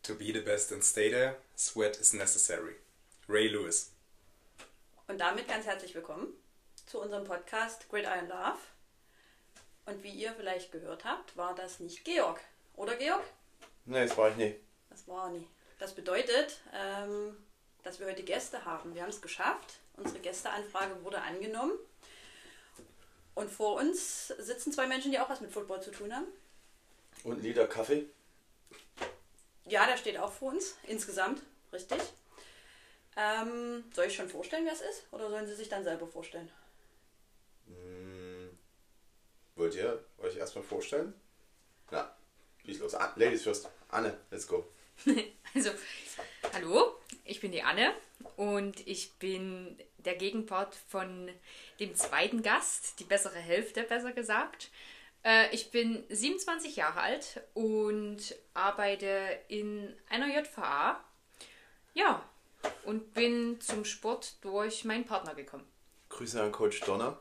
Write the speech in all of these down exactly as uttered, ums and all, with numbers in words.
To be the best and stay there, sweat is necessary. Ray Lewis. Und damit ganz herzlich willkommen zu unserem Podcast Gridiron Love. Und wie ihr vielleicht gehört habt, war das nicht Georg. Oder Georg? Nee, das war ich nicht. Das war nie. Das bedeutet, ähm, dass wir heute Gäste haben. Wir haben es geschafft. Unsere Gästeanfrage wurde angenommen. Und vor uns sitzen zwei Menschen, die auch was mit Football zu tun haben. Und ein Liter Kaffee. Ja, der steht auch vor uns. Insgesamt. Richtig. Ähm, soll ich schon vorstellen, wer es ist? Oder sollen Sie sich dann selber vorstellen? Hm, wollt ihr euch erstmal vorstellen? Na, wie ist los? Ah, Ladies first. Anne, let's go. Also, hallo, ich bin die Anne und ich bin der Gegenpart von dem zweiten Gast, die bessere Hälfte, besser gesagt. Äh, ich bin siebenundzwanzig Jahre alt und arbeite in einer J V A. Ja, und bin zum Sport durch meinen Partner gekommen. Grüße an Coach Donner.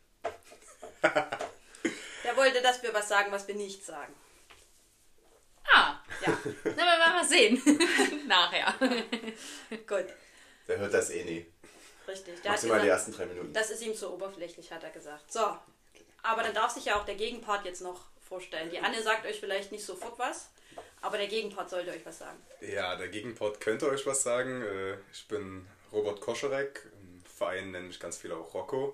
Der wollte, dass wir was sagen, was wir nicht sagen. Ah, ja. Na, wir werden mal sehen. Nachher. Gut. Der hört das eh nie. Richtig. Der hat Maximal die gesagt, ersten drei Minuten. das ist ihm zu oberflächlich, hat er gesagt. So, aber dann darf sich ja auch der Gegenpart jetzt noch vorstellen. Die Anne sagt euch vielleicht nicht sofort was, aber der Gegenpart sollte euch was sagen. Ja, der Gegenpart könnte euch was sagen. Äh, Ich bin Robert Koscherek. Im Verein nennen mich ganz viele auch Rocco.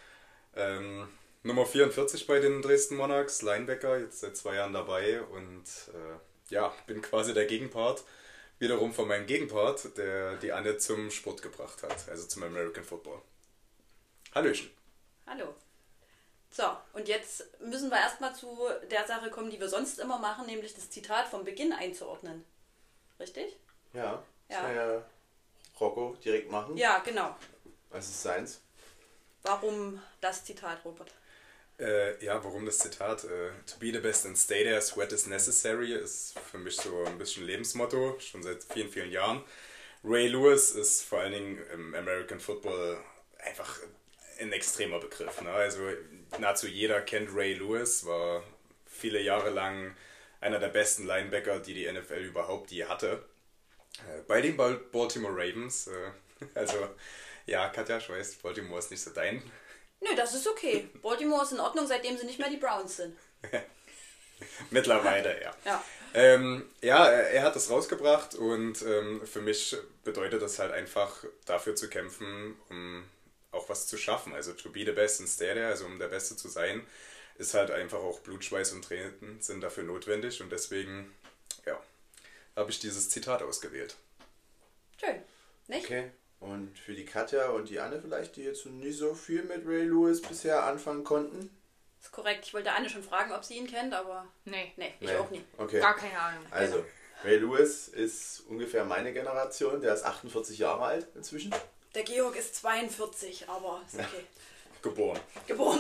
Ähm, Nummer vierundvierzig bei den Dresden Monarchs, Linebacker, jetzt seit zwei Jahren dabei und äh, ja, bin quasi der Gegenpart, wiederum von meinem Gegenpart, der die Anne zum Sport gebracht hat, also zum American Football. Hallöchen. Hallo. So, und jetzt müssen wir erstmal zu der Sache kommen, die wir sonst immer machen, nämlich das Zitat vom Beginn einzuordnen. Richtig? Ja, das Ja. kann ja Rocco direkt machen. Ja, genau. Was ist seins? Warum das Zitat, Robert? Äh, ja, warum das Zitat? Äh, to be the best and stay there, sweat is necessary, ist für mich so ein bisschen Lebensmotto, schon seit vielen, vielen Jahren. Ray Lewis ist vor allen Dingen im American Football einfach ein extremer Begriff. Ne? Also nahezu jeder kennt Ray Lewis, war viele Jahre lang einer der besten Linebacker, die die N F L überhaupt je hatte. Äh, bei den Bal- Baltimore Ravens, äh, also ja, Katja, ich weiß, Baltimore ist nicht so dein. Nö, das ist okay. Baltimore ist in Ordnung, seitdem sie nicht mehr die Browns sind. Mittlerweile, ja. Ja. Ähm, ja, er, er hat das rausgebracht und ähm, für mich bedeutet das halt einfach, dafür zu kämpfen, um auch was zu schaffen. Also to be the best and stay there, also um der Beste zu sein, ist halt einfach auch Blut, Schweiß und Tränen sind dafür notwendig und deswegen, ja, habe ich dieses Zitat ausgewählt. Schön. Nicht? Okay. Und für die Katja und die Anne vielleicht, die jetzt nie so viel mit Ray Lewis bisher anfangen konnten? Ist korrekt. Ich wollte Anne schon fragen, ob sie ihn kennt, aber Nee, nee, ich Nee. auch nie. Okay. gar keine Ahnung. Also, Ray Lewis ist ungefähr meine Generation. Der ist achtundvierzig Jahre alt inzwischen. Der Georg ist zweiundvierzig, aber ist okay. Geboren. Geboren.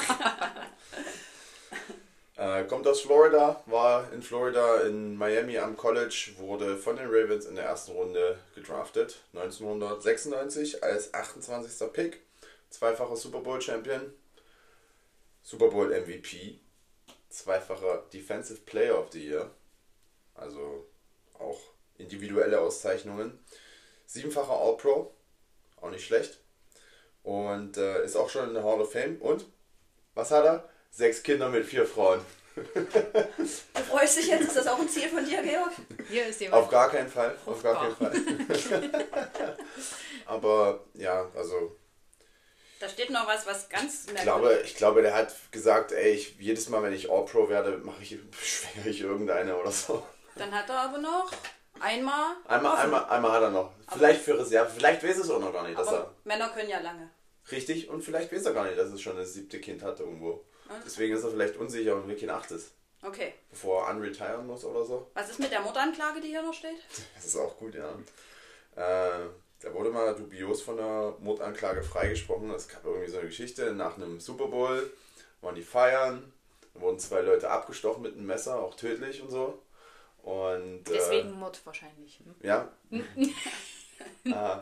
Äh, kommt aus Florida, war in Florida in Miami am College, wurde von den Ravens in der ersten Runde gedraftet. neunzehnhundertsechsundneunzig als achtundzwanzigster Pick, zweifacher Super Bowl Champion, Super Bowl M V P, zweifacher Defensive Player of the Year, also auch individuelle Auszeichnungen, siebenfacher All-Pro, auch nicht schlecht, und äh, ist auch schon in der Hall of Fame. Und was hat er? Sechs Kinder mit vier Frauen. Du freust dich jetzt? Ist das auch ein Ziel von dir, Georg? Hier ist jemand. Auf gar keinen Fall. Auf gar keinen Fruchtbar. Fall. Aber ja, also Da steht noch was, was ganz ich glaube, ich glaube, der hat gesagt, ey, ich, jedes Mal, wenn ich All-Pro werde, mache ich, schwängere ich irgendeine oder so. Dann hat er aber noch einmal. Einmal, offen. einmal, einmal hat er noch. Vielleicht für Reserve, vielleicht weiß es auch noch gar nicht, dass Aber er Männer können ja lange. richtig und vielleicht weiß er gar nicht, dass er schon das siebte Kind hat irgendwo. Okay. Deswegen ist er vielleicht unsicher und will kein achtes, Okay. bevor er unretiren muss oder so. Was ist mit der Mordanklage, die hier noch steht? Das ist auch gut, ja. Äh, da wurde mal dubios von der Mordanklage freigesprochen. Es gab irgendwie so eine Geschichte, nach einem Super Bowl waren die feiern, da wurden zwei Leute abgestochen mit einem Messer, auch tödlich und so. Und, äh, Deswegen Mord wahrscheinlich. Hm? ja. Ah.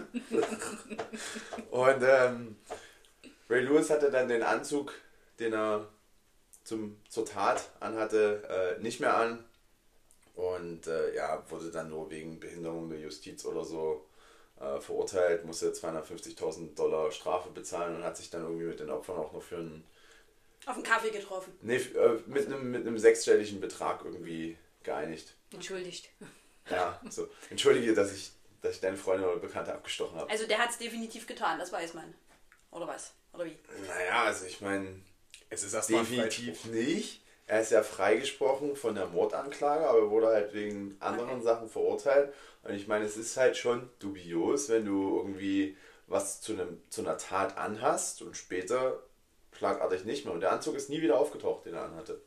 Und ähm, Ray Lewis hatte dann den Anzug, den er zum, zur Tat anhatte, äh, nicht mehr an. Und und äh, ja, wurde dann nur wegen Behinderung der Justiz oder so äh, verurteilt, musste zweihundertfünfzigtausend Dollar Strafe bezahlen und hat sich dann irgendwie mit den Opfern auch noch für einen... Auf einen Kaffee getroffen. Nee, äh, mit einem mit einem sechsstelligen Betrag irgendwie geeinigt. Entschuldigt. Ja, so. Entschuldige, dass ich, dass ich deine Freundin oder Bekannte abgestochen habe. Also der hat es definitiv getan, das weiß man. Oder was? Oder wie? Naja, also ich meine, Es ist erstmal ein definitiv Freispruch. nicht. Er ist ja freigesprochen von der Mordanklage, aber wurde halt wegen anderen Okay. Sachen verurteilt. Und ich meine, es ist halt schon dubios, wenn du irgendwie was zu, einem, zu einer Tat anhast und später schlagartig nicht mehr. Und der Anzug ist nie wieder aufgetaucht, den er anhatte.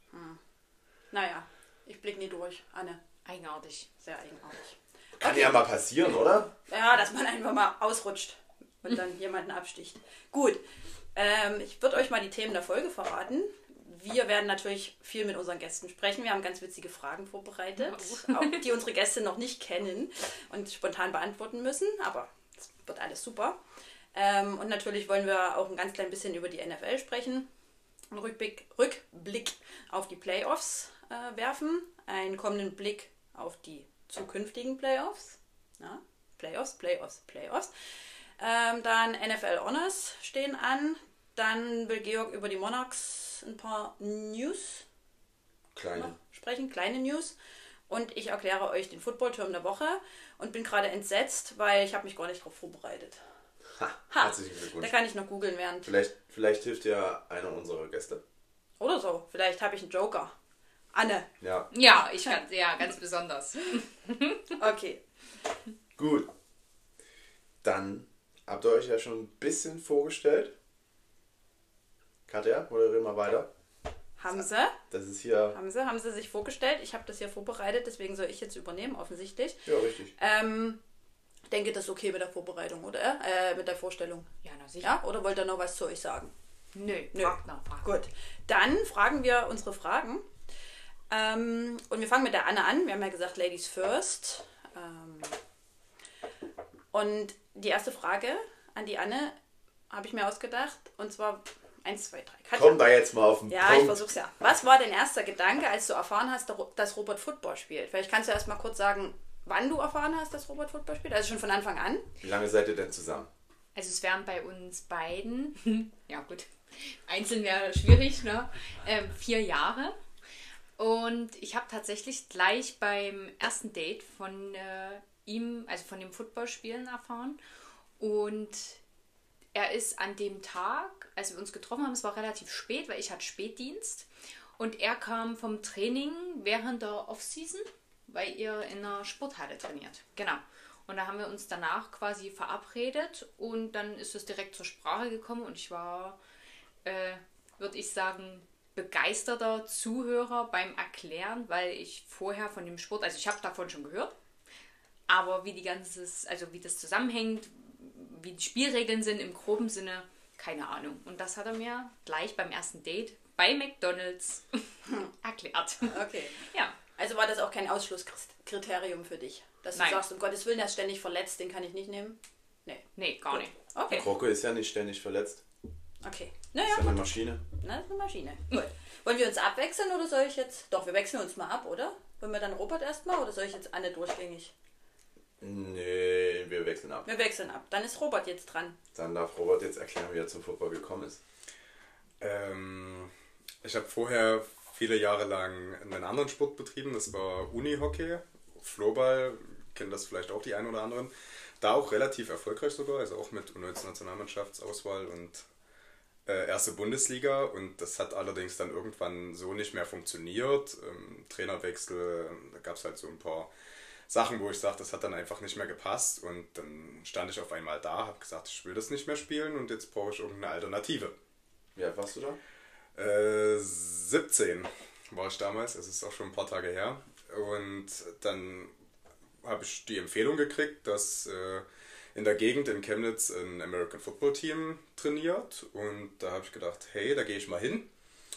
Naja, ich blick nie durch, Anne. Eigenartig. Sehr eigenartig. Kann Okay. ja mal passieren, oder? Ja, dass man einfach mal ausrutscht und dann jemanden absticht. Gut, ähm, ich würde euch mal die Themen der Folge verraten. Wir werden natürlich viel mit unseren Gästen sprechen. Wir haben ganz witzige Fragen vorbereitet, auch die unsere Gäste noch nicht kennen und spontan beantworten müssen. Aber es wird alles super. Ähm, und natürlich wollen wir auch ein ganz klein bisschen über die N F L sprechen. Einen Rückblick, Rückblick auf die Playoffs äh, werfen. Einen kommenden Blick auf die zukünftigen Playoffs. Ja, Playoffs, Playoffs, Playoffs. Ähm, dann N F L Honors stehen an. Dann will Georg über die Monarchs ein paar News Kleine. noch sprechen, kleine News. Und ich erkläre euch den Football-Turm der Woche und bin gerade entsetzt, weil ich habe mich gar nicht darauf vorbereitet. Ha, Ha, herzlichen da Glückwunsch. kann ich noch googeln während. Vielleicht, vielleicht hilft ja einer unserer Gäste. Oder so. Vielleicht habe ich einen Joker. Anne. Ja, Ja, ich kann, ja, ganz besonders. Okay. gut. Dann habt ihr euch ja schon ein bisschen vorgestellt. Katja, moderieren wir weiter. Haben sie? Das ist hier... Haben sie? Haben sie sich vorgestellt? Ich habe das hier vorbereitet, deswegen soll ich jetzt übernehmen, offensichtlich. Ja, richtig. Ähm, ich denke, das ist okay mit der Vorbereitung, oder? Äh, mit der Vorstellung. Ja, na sicher. Ja? Oder wollt ihr noch was zu euch sagen? Nö, Nö. fragt nach, fragt. Gut. Dann fragen wir unsere Fragen. Ähm, und wir fangen mit der Anne an. Wir haben ja gesagt, Ladies first. Ähm, und die erste Frage an die Anne habe ich mir ausgedacht. Und zwar eins, zwei, drei. Katja. Komm da jetzt mal auf den Ja, ich Punkt. versuch's ja. Was war dein erster Gedanke, als du erfahren hast, dass Robert Football spielt? Vielleicht kannst du erst mal kurz sagen, wann du erfahren hast, dass Robert Football spielt. Also schon von Anfang an. Wie lange seid ihr denn zusammen? Also es wären bei uns beiden, ja gut, einzeln wäre schwierig, ne? Ähm, vier Jahre. Und ich habe tatsächlich gleich beim ersten Date von äh, ihm, also von dem Footballspielen erfahren. Und er ist an dem Tag, als wir uns getroffen haben, es war relativ spät, weil ich hatte Spätdienst. Und er kam vom Training während der Offseason, weil ihr in einer Sporthalle trainiert. Genau. Und da haben wir uns danach quasi verabredet und dann ist es direkt zur Sprache gekommen und ich war, äh, würde ich sagen, begeisterter Zuhörer beim Erklären, weil ich vorher von dem Sport, also ich habe davon schon gehört, aber wie die ganzes, also wie das zusammenhängt, wie die Spielregeln sind im groben Sinne, keine Ahnung. Und das hat er mir gleich beim ersten Date bei McDonald's erklärt. Okay. Ja. Also war das auch kein Ausschlusskriterium für dich? Dass du Nein. sagst, um Gottes Willen, er ist ständig verletzt, den kann ich nicht nehmen? Nee. Nee, gar Gut. nicht. Okay. Krocke ist ja nicht ständig verletzt. Okay. Ist Naja, ja eine Maschine. na, das ist eine Maschine. Gut. Wollen wir uns abwechseln oder soll ich jetzt... Doch, wir wechseln uns mal ab, oder? Wollen wir dann Robert erstmal oder soll ich jetzt Anne durchgängig? Nee, wir wechseln ab. Wir wechseln ab. Dann ist Robert jetzt dran. Dann darf Robert jetzt erklären, wie er zum Football gekommen ist. Ähm, ich habe vorher viele Jahre lang einen anderen Sport betrieben, das war Unihockey, Floorball, kennen das vielleicht auch die einen oder anderen. Da auch relativ erfolgreich sogar, also auch mit U neunzehn Nationalmannschaftsauswahl und äh, erste Bundesliga. Und das hat allerdings dann irgendwann so nicht mehr funktioniert. Ähm, Trainerwechsel, da gab es halt so ein paar Sachen, wo ich sagte, das hat dann einfach nicht mehr gepasst. Und dann stand ich auf einmal da, habe gesagt, ich will das nicht mehr spielen und jetzt brauche ich irgendeine Alternative. Wie alt warst du da? Äh, siebzehn war ich damals, es ist auch schon ein paar Tage her. Und dann habe ich die Empfehlung gekriegt, dass äh, in der Gegend in Chemnitz ein American Football Team trainiert. Und da habe ich gedacht, hey, da gehe ich mal hin.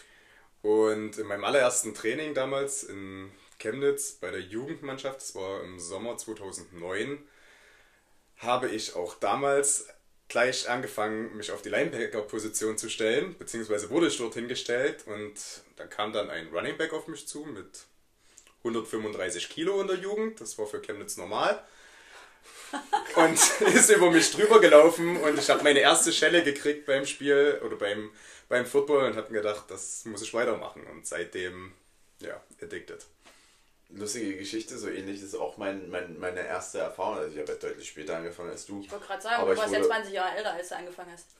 Und in meinem allerersten Training damals in Chemnitz bei der Jugendmannschaft, das war im Sommer zweitausendneun, habe ich auch damals gleich angefangen, mich auf die Linebacker-Position zu stellen, beziehungsweise wurde ich dorthin gestellt und da kam dann ein Running Back auf mich zu mit hundertfünfunddreißig Kilo in der Jugend, das war für Chemnitz normal. Und ist über mich drüber gelaufen und ich habe meine erste Schelle gekriegt beim Spiel oder beim, beim Football und habe mir gedacht, das muss ich weitermachen und seitdem, ja, addicted. Lustige Geschichte, so ähnlich ist auch mein, mein, meine erste Erfahrung. Also ich habe ja deutlich später angefangen als du. Ich wollte gerade sagen, aber du warst wurde, ja zwanzig Jahre älter, als du angefangen hast.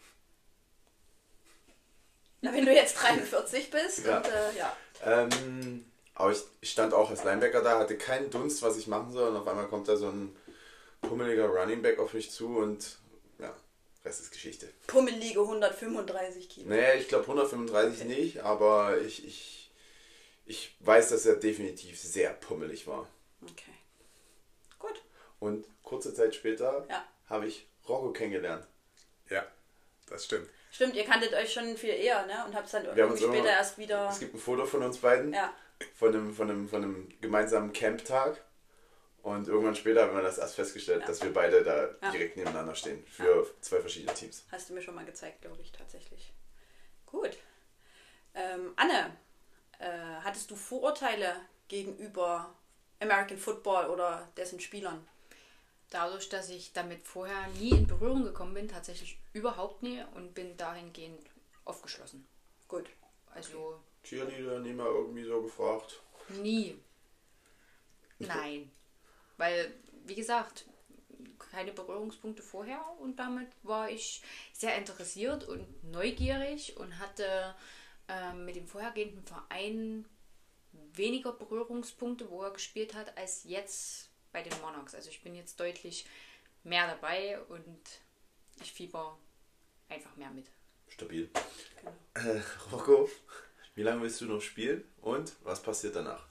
Na, wenn du jetzt dreiundvierzig bist ja. und äh, ja. Ähm, aber ich, ich stand auch als Linebacker da, hatte keinen Dunst, was ich machen soll und auf einmal kommt da so ein pummeliger Running Back auf mich zu und ja, Rest ist Geschichte. Pummelige hundertfünfunddreißig Kilo. Naja, ich glaube hundertfünfunddreißig okay. nicht, aber ich, ich, ich weiß, dass er definitiv sehr pummelig war. Okay. Gut. Und kurze Zeit später ja. habe ich Rocco kennengelernt. Ja, das stimmt. Stimmt, ihr kanntet euch schon viel eher, ne? Und habt es dann Wir irgendwie später immer, erst wieder... Es gibt ein Foto von uns beiden, ja. von, einem, von, einem, von einem gemeinsamen Camptag. Und irgendwann später haben wir das erst festgestellt, ja. dass wir beide da ja. direkt nebeneinander stehen. Für ja. zwei verschiedene Teams. Hast du mir schon mal gezeigt, glaube ich, tatsächlich. Gut. Ähm, Anne, äh, hattest du Vorurteile gegenüber American Football oder dessen Spielern? Dadurch, dass ich damit vorher nie in Berührung gekommen bin, tatsächlich überhaupt nie und bin dahingehend aufgeschlossen. Gut. Also. Cheerleader, nie mal irgendwie so gefragt? Nie. Nein. Weil, wie gesagt, keine Berührungspunkte vorher und damit war ich sehr interessiert und neugierig und hatte äh, mit dem vorhergehenden Verein weniger Berührungspunkte, wo er gespielt hat, als jetzt bei den Monarchs. Also ich bin jetzt deutlich mehr dabei und ich fieber einfach mehr mit. Stabil. Genau. Äh, Rocco, wie lange willst du noch spielen und was passiert danach?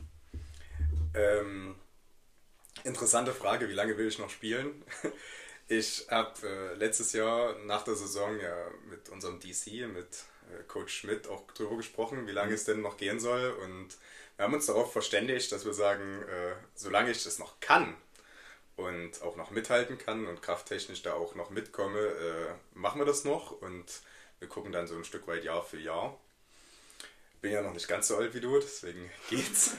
Ähm... Interessante Frage, wie lange will ich noch spielen? Ich habe äh, letztes Jahr nach der Saison ja mit unserem D C, mit äh, Coach Schmidt auch darüber gesprochen, wie lange mhm. es denn noch gehen soll. Und wir haben uns darauf verständigt, dass wir sagen, äh, solange ich das noch kann und auch noch mithalten kann und krafttechnisch da auch noch mitkomme, äh, machen wir das noch und wir gucken dann so ein Stück weit Jahr für Jahr. Bin ja noch nicht ganz so alt wie du, deswegen geht's.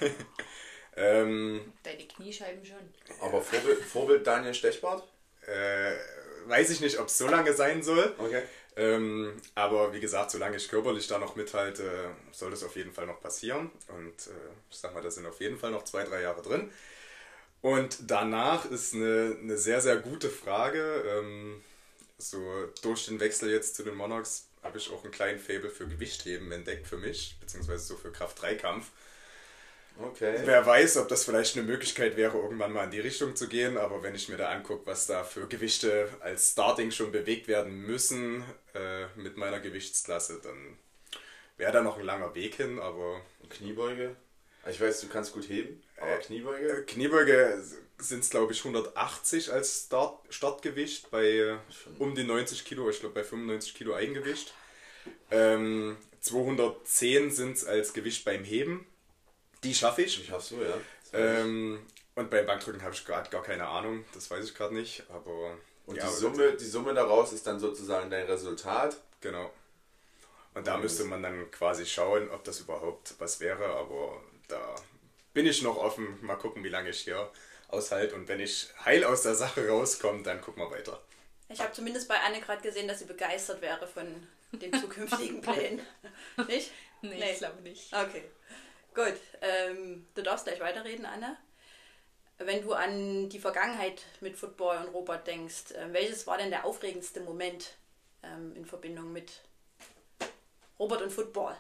Ähm, Deine Kniescheiben schon. Aber Vorbild, Vorbild Daniel Stechbart? Äh, weiß ich nicht, ob es so lange sein soll. Okay. Ähm, aber wie gesagt, solange ich körperlich da noch mithalte, soll das auf jeden Fall noch passieren. Und äh, ich sag mal, da sind auf jeden Fall noch zwei, drei Jahre drin. Und danach ist eine, eine sehr, sehr gute Frage. Ähm, so durch den Wechsel jetzt zu den Monarchs habe ich auch einen kleinen Faible für Gewichtheben entdeckt für mich, beziehungsweise so für Kraft-Dreikampf. Okay. Wer weiß, ob das vielleicht eine Möglichkeit wäre, irgendwann mal in die Richtung zu gehen, aber wenn ich mir da angucke, was da für Gewichte als Starting schon bewegt werden müssen äh, mit meiner Gewichtsklasse, dann wäre da noch ein langer Weg hin, aber... Kniebeuge? Ich weiß, du kannst gut heben, aber äh, Kniebeuge? Äh, Kniebeuge sind es, glaube ich, hundertachtzig als Start, Startgewicht bei äh, um die neunzig Kilo, ich glaube bei fünfundneunzig Kilo Eigengewicht. Ähm, zweihundertzehn sind es als Gewicht beim Heben. Die schaffe ich. Die schaffst du, ja. Ähm, und beim Bankdrücken habe ich gerade gar keine Ahnung, das weiß ich gerade nicht, aber... Und ja, die, Summe, die Summe daraus ist dann sozusagen dein Resultat? Genau. Und da müsste man dann quasi schauen, ob das überhaupt was wäre, aber da bin ich noch offen. Mal gucken, wie lange ich hier aushalte und wenn ich heil aus der Sache rauskomme, dann gucken wir weiter. Ich habe zumindest bei Anne gerade gesehen, dass sie begeistert wäre von den zukünftigen Plänen. Nicht? Nee, nee. ich glaube nicht. Okay. Gut, ähm, du darfst gleich weiterreden, Anne. Wenn du an die Vergangenheit mit Football und Robert denkst, äh, welches war denn der aufregendste Moment ähm, in Verbindung mit Robert und Football?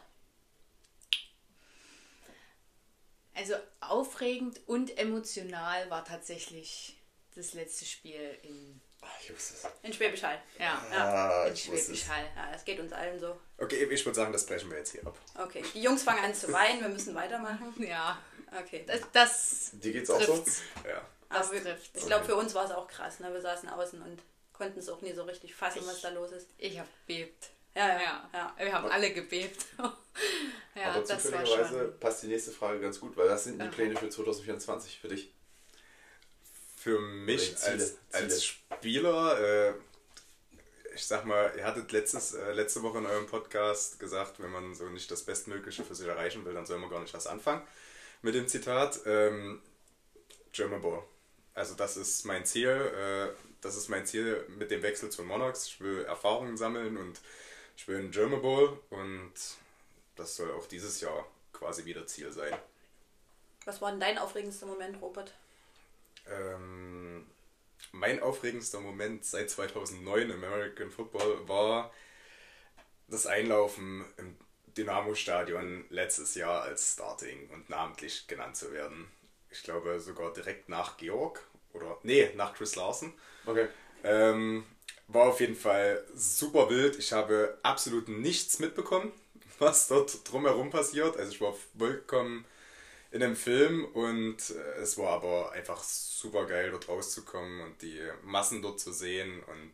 Also aufregend und emotional war tatsächlich das letzte Spiel in... Ich wusste es. In Schwäbisch Hall. Ja, Ah, in ich wusste Schwäbisch es. Hall. Ja, das geht uns allen so. Okay, ich würde sagen, das brechen wir jetzt hier ab. Okay, die Jungs fangen an zu weinen, wir müssen weitermachen. Ja, Okay. das, das Dir geht's auch so? trifft's. Ja. Das Aber wir, trifft's. ich glaube, für uns war es auch krass. Ne? Wir saßen außen und konnten es auch nie so richtig fassen, was da los ist. Ich habe gebebt. Ja, ja, Ja, ja. wir haben alle gebebt. Ja, Aber das war zufälligerweise schon. passt die nächste Frage ganz gut, weil das sind die Okay. Pläne für zwanzig vierundzwanzig für dich. Für mich Oder Ziele, als, Ziele. als Spieler, äh, ich sag mal, ihr hattet letztes, äh, letzte Woche in eurem Podcast gesagt, wenn man so nicht das Bestmögliche für sich erreichen will, dann soll man gar nicht was anfangen. mit dem Zitat. Ähm, German Bowl. Also das ist mein Ziel. Äh, das ist mein Ziel mit dem Wechsel zu Monarchs. Ich will Erfahrungen sammeln und ich will einen German Bowl und das soll auch dieses Jahr quasi wieder Ziel sein. Was war denn dein aufregendster Moment, Robert? Ähm, mein aufregendster Moment seit zweitausendneun im American Football war das Einlaufen im Dynamo-Stadion letztes Jahr als Starting und namentlich genannt zu werden. Ich glaube sogar direkt nach Georg oder nee, nach Chris Larson. Okay. Ähm, war auf jeden Fall super wild. Ich habe absolut nichts mitbekommen, was dort drumherum passiert. Also ich war vollkommen in einem Film und es war aber einfach super geil, dort rauszukommen und die Massen dort zu sehen und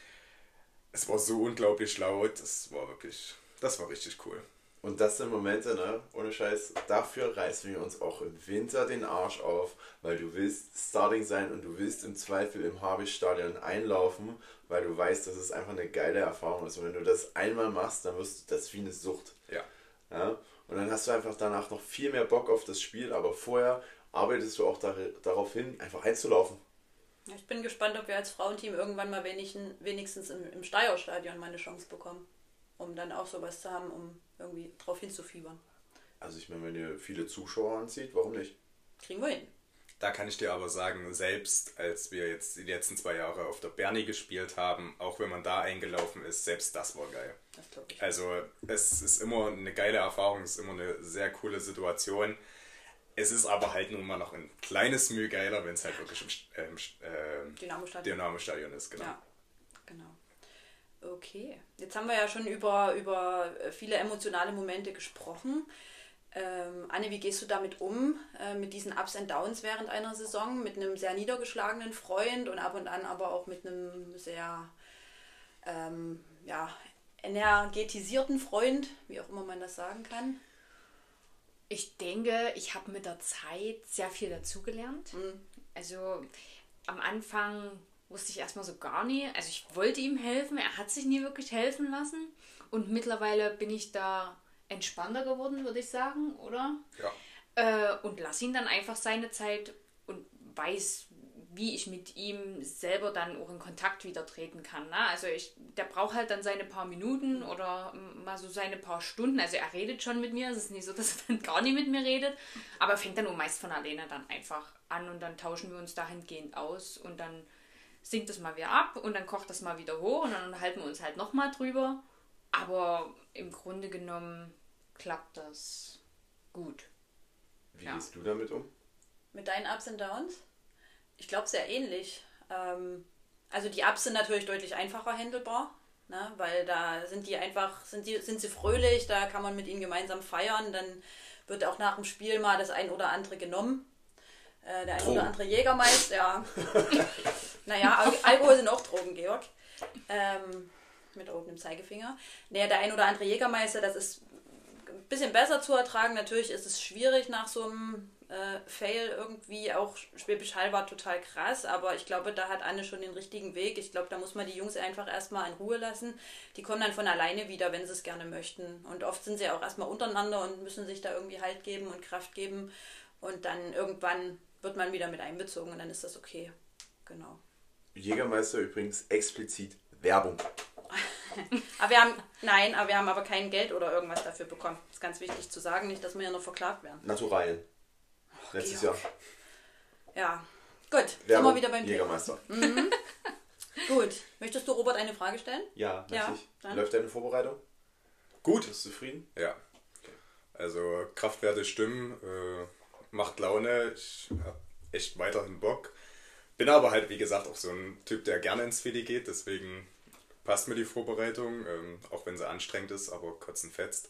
es war so unglaublich laut. Das war wirklich, das war richtig cool. Und das sind Momente, ne, ohne Scheiß, dafür reißen wir uns auch im Winter den Arsch auf, weil du willst Starting sein und du willst im Zweifel im Harvey-Stadion einlaufen, weil du weißt, dass es einfach eine geile Erfahrung ist. Und wenn du das einmal machst, dann wirst du das wie eine Sucht. Ja. Ja? Und dann hast du einfach danach noch viel mehr Bock auf das Spiel, aber vorher arbeitest du auch dar darauf hin, einfach einzulaufen. Ich bin gespannt, ob wir als Frauenteam irgendwann mal wenigstens im, im Steyr-Stadion mal eine Chance bekommen, um dann auch sowas zu haben, um irgendwie drauf hinzufiebern. Also ich meine, wenn ihr viele Zuschauer anzieht, warum nicht? Kriegen wir hin. Da kann ich dir aber sagen, selbst als wir jetzt die letzten zwei Jahre auf der Berni gespielt haben, auch wenn man da eingelaufen ist, selbst das war geil. Das glaube ich. Also es ist immer eine geile Erfahrung, es ist immer eine sehr coole Situation. Es ist aber halt nun mal noch ein kleines Mühe geiler, wenn es halt wirklich im ähm, äh, Dynamo-Stadion. Dynamo-Stadion ist, genau. Ja, genau. Okay, jetzt haben wir ja schon über, über viele emotionale Momente gesprochen. Ähm, Anne, wie gehst du damit um, äh, mit diesen Ups and Downs während einer Saison, mit einem sehr niedergeschlagenen Freund und ab und an aber auch mit einem sehr ähm, ja, energetisierten Freund, wie auch immer man das sagen kann? Ich denke, ich habe mit der Zeit sehr viel dazugelernt. Mhm. Also am Anfang wusste ich erstmal so gar nie. Also ich wollte ihm helfen, er hat sich nie wirklich helfen lassen. Und mittlerweile bin ich da entspannter geworden, würde ich sagen, oder? Ja. Äh, und lass ihn dann einfach seine Zeit und weiß, wie ich mit ihm selber dann auch in Kontakt wieder treten kann. Ne? Also ich, der braucht halt dann seine paar Minuten oder mal so seine paar Stunden. Also er redet schon mit mir, es ist nicht so, dass er dann gar nicht mit mir redet, aber er fängt dann auch meist von alleine dann einfach an und dann tauschen wir uns dahingehend aus und dann sinkt es mal wieder ab und dann kocht das mal wieder hoch und dann unterhalten wir uns halt nochmal drüber. Aber im Grunde genommen klappt das gut. Wie Ja. gehst du damit um? Mit deinen Ups and Downs? Ich glaube sehr ähnlich. Ähm, also die Ups sind natürlich deutlich einfacher handelbar, ne? Weil da sind die einfach, sind, die, sind sie fröhlich, da kann man mit ihnen gemeinsam feiern, dann wird auch nach dem Spiel mal das ein oder andere genommen. Äh, der ein Drogen. oder andere Jägermeister, ja. Naja, Al Alkohol sind auch Drogen, Georg. Ähm, mit rotem Zeigefinger. Naja, der ein oder andere Jägermeister, das ist ein bisschen besser zu ertragen. Natürlich ist es schwierig nach so einem äh, Fail irgendwie. Auch Schwäbisch Hall war total krass, aber ich glaube, da hat Anne schon den richtigen Weg. Ich glaube, da muss man die Jungs einfach erstmal in Ruhe lassen. Die kommen dann von alleine wieder, wenn sie es gerne möchten. Und oft sind sie auch erstmal untereinander und müssen sich da irgendwie Halt geben und Kraft geben. Und dann irgendwann wird man wieder mit einbezogen und dann ist das okay. Genau. Jägermeister übrigens explizit Werbung. Aber wir haben, nein, aber wir haben aber kein Geld oder irgendwas dafür bekommen. Das ist ganz wichtig zu sagen, nicht, dass wir ja noch verklagt werden. Naturalien. Letztes Georg. Jahr. Ja, gut, sind Werbung, wir wieder beim Thema. Jägermeister. Mhm. Gut, möchtest du Robert eine Frage stellen? Ja, Ja, natürlich. dann. Läuft deine Vorbereitung? Gut. Bist du zufrieden? Ja. Also Kraftwerte stimmen, äh, macht Laune, ich habe echt weiterhin Bock. Bin aber halt, wie gesagt, auch so ein Typ, der gerne ins Fili geht, deswegen passt mir die Vorbereitung, ähm, auch wenn sie anstrengend ist, aber kotzen fetzt.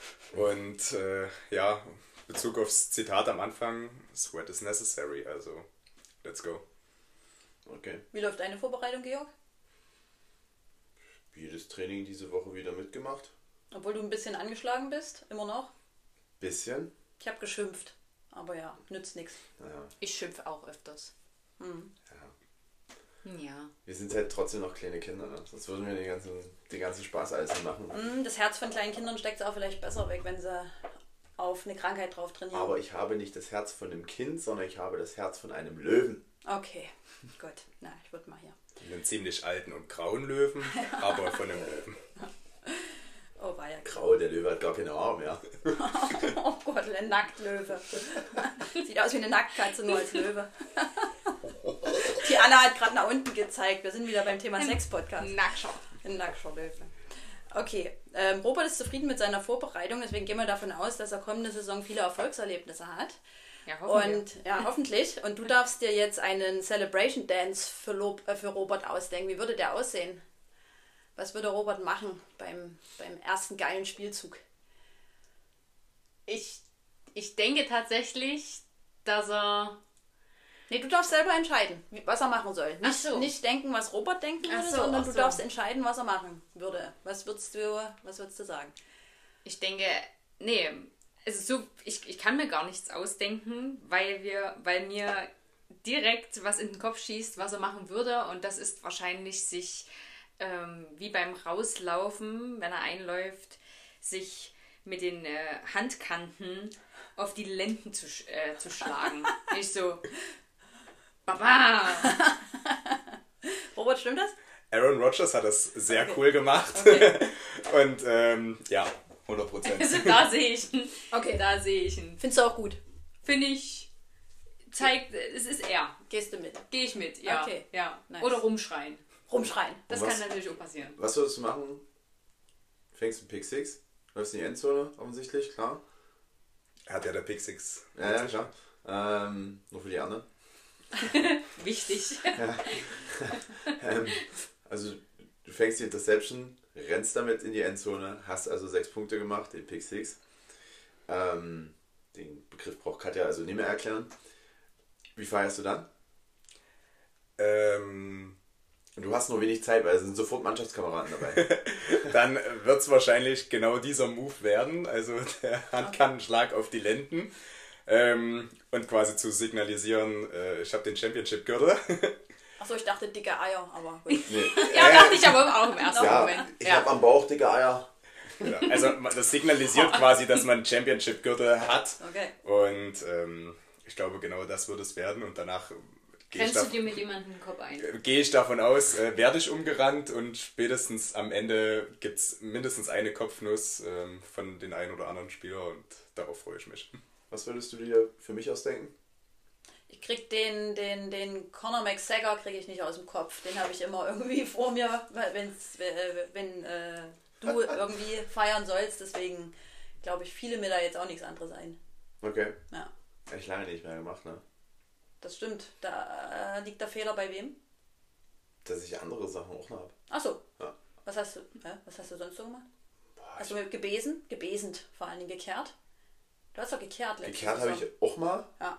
Und äh, ja, Bezug aufs Zitat am Anfang, Sweat is necessary, also let's go. Okay. Wie läuft deine Vorbereitung, Georg? Jedes Training diese Woche wieder mitgemacht. Obwohl du ein bisschen angeschlagen bist, immer noch. Bisschen. Ich habe geschimpft, aber ja, nützt nichts. Naja. Ich schimpfe auch öfters. Mhm. Ja. Wir sind halt trotzdem noch kleine Kinder, ne? Sonst würden wir den ganzen, den ganzen Spaß alles nicht machen. Das Herz von kleinen Kindern steckt sie auch vielleicht besser weg, wenn sie auf eine Krankheit drauf trainieren. Aber ich habe nicht das Herz von einem Kind, sondern ich habe das Herz von einem Löwen. Okay, gut. Na, ich würde mal hier. Einen ziemlich alten und grauen Löwen, aber von einem Löwen. Oh, war ja Grau, der Löwe hat gar keine Arme, ja. Oh Gott, ein Nacktlöwe. Sieht aus wie eine Nacktkatze, nur als Löwe. Die Anna hat gerade nach unten gezeigt. Wir sind wieder beim Thema Sex-Podcast. Nackschau. Ein Nackschau-Löwe. Okay, ähm, Robert ist zufrieden mit seiner Vorbereitung, deswegen gehen wir davon aus, dass er kommende Saison viele Erfolgserlebnisse hat. Ja, hoffen Und ja, hoffentlich. Und du darfst dir jetzt einen Celebration Dance für, Lob, äh, für Robert ausdenken. Wie würde der aussehen? Was würde Robert machen beim, beim ersten geilen Spielzug? Ich, ich denke tatsächlich, dass er... Nee, du darfst selber entscheiden, wie- was er machen soll. Nicht, Ach so. nicht denken, was Robert denken Ach würde, so, sondern ach du so. darfst entscheiden, was er machen würde. Was würdest du, was würdest du sagen? Ich denke, nee, also so, ich, ich kann mir gar nichts ausdenken, weil wir, weil mir direkt was in den Kopf schießt, was er machen würde, und das ist wahrscheinlich sich ähm, wie beim Rauslaufen, wenn er einläuft, sich mit den äh, Handkanten auf die Lenden zu, sch- äh, zu schlagen. Nicht so, Baba! Robert, stimmt das? Aaron Rodgers hat das sehr Okay. cool gemacht. Okay. Und ähm, ja, hundert Prozent. Also da sehe ich ihn. Okay. Da sehe ich ihn. Findest du auch gut? Finde ich, zeigt, es ist er. Gehst du mit? Gehe ich mit, ja. Okay. ja. Nice. Oder rumschreien. Rumschreien. Das Und was- kann natürlich auch passieren. Was würdest du machen? Fängst du Pick Six? Läufst in die Endzone, offensichtlich, klar. Hat ja der Pick Six. Ja, ja, klar. Ähm, nur für die anderen. Wichtig. Ähm, also, du fängst die Interception, rennst damit in die Endzone, hast also sechs Punkte gemacht, den Pick Six. Ähm, den Begriff braucht Katja also nicht mehr erklären. Wie feierst du dann? Ähm, Und du hast nur wenig Zeit, weil es sind sofort Mannschaftskameraden dabei. dann wird es wahrscheinlich genau dieser Move werden. Also der Handkannenschlag auf die Lenden. Ähm, und quasi zu signalisieren, äh, ich habe den Championship-Gürtel. Achso, ich dachte dicke Eier, aber gut. Nee. Ja, dachte ich aber auch im ersten Ja, Moment. ich Ja. habe am Bauch dicke Eier. Ja, also das signalisiert quasi, dass man einen Championship-Gürtel hat. Okay. Und ähm, ich glaube, genau das wird es werden. Und danach gehe ich, Grenzt du dav dir mit jemandem den Kopf ein? gehe ich davon aus, äh, werde ich umgerannt und spätestens am Ende gibt es mindestens eine Kopfnuss ähm, von den einen oder anderen Spieler und darauf freue ich mich. Was würdest du dir für mich ausdenken? Ich krieg den, den, den Conor McGregor kriege ich nicht aus dem Kopf. Den habe ich immer irgendwie vor mir, weil wenn's, äh, wenn äh, du irgendwie feiern sollst. Deswegen glaube ich, viele mir da jetzt auch nichts anderes ein. Okay. Ja, Echt lange nicht mehr gemacht, ne? das stimmt. Da äh, liegt der Fehler bei wem? Dass ich andere Sachen auch noch habe. Achso. Ja. Was hast du, ja, was hast du sonst so gemacht? Boah, Hast du mit gebesen? Gebesend, vor allen Dingen gekehrt. Du hast doch gekehrt letztes Gekehrt habe ich auch mal. Ja.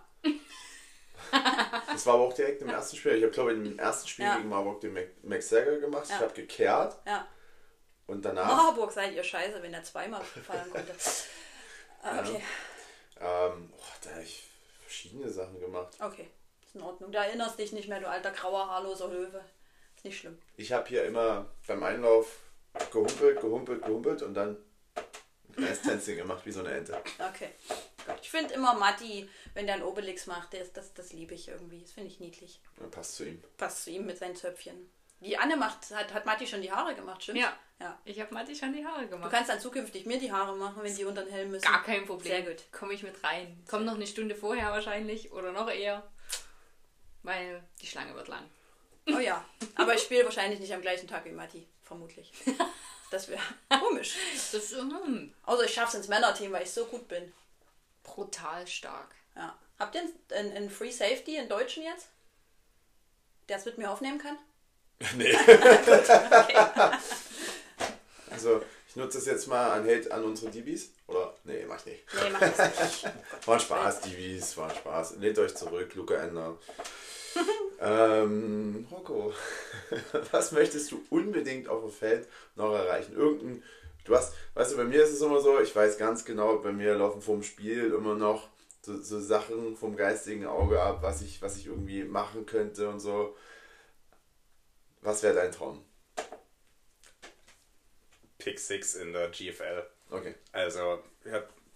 Das war aber auch direkt im ersten Spiel. Ich habe, glaube ich, im ersten Spiel Ja. gegen Marburg den McSagger gemacht. Ja. Ich habe gekehrt Ja. und danach Marburg seid ihr scheiße, wenn er zweimal feiern konnte. Ah, okay. ähm, oh, da habe ich verschiedene Sachen gemacht. Okay. Ist in Ordnung. Du erinnerst dich nicht mehr, du alter grauer, haarloser Löwe. Ist nicht schlimm. Ich habe hier immer beim Einlauf gehumpelt, gehumpelt, gehumpelt und dann ein kleines Tänzchen gemacht, wie so eine Ente. Okay. Gut. Ich finde immer Matti, wenn der einen Obelix macht, der ist, das, das liebe ich irgendwie. Das finde ich niedlich. Ja, passt zu ihm. Passt zu ihm mit seinen Zöpfchen. Die Anne macht, hat, hat Matti schon die Haare gemacht, stimmt's? Ja. Ja. Ich habe Matti schon die Haare Du gemacht. kannst dann zukünftig mir die Haare machen, wenn die unter den Helm müssen. Gar kein Problem. Sehr gut. Komme ich mit rein. Komm noch eine Stunde vorher wahrscheinlich oder noch eher. Weil die Schlange wird lang. Oh ja. Aber ich spiele wahrscheinlich nicht am gleichen Tag wie Matti. Vermutlich. Das wäre komisch. Das ist hm, Außer ich schaff's ins Männerteam, weil ich so gut bin. brutal stark. Ja. Habt ihr einen, einen Free Safety in Deutschen jetzt? Der es mit mir aufnehmen kann? Nee. Also, ich nutze das jetzt mal an Hate an unsere D Bs. Oder? Nee, mach ich nicht. Nee, mach ich nicht. War ein Spaß, D Bs, war ein Spaß. Lehnt euch zurück, Luca Ender. ähm, Rocco, was möchtest du unbedingt auf dem Feld noch erreichen? Irgendein, du hast, weißt du, bei mir ist es immer so, ich weiß ganz genau, bei mir laufen vorm Spiel immer noch so, so Sachen vom geistigen Auge ab, was ich, was ich irgendwie machen könnte und so. Was wäre dein Traum? Pick Six in der G F L. Okay. Also, ja,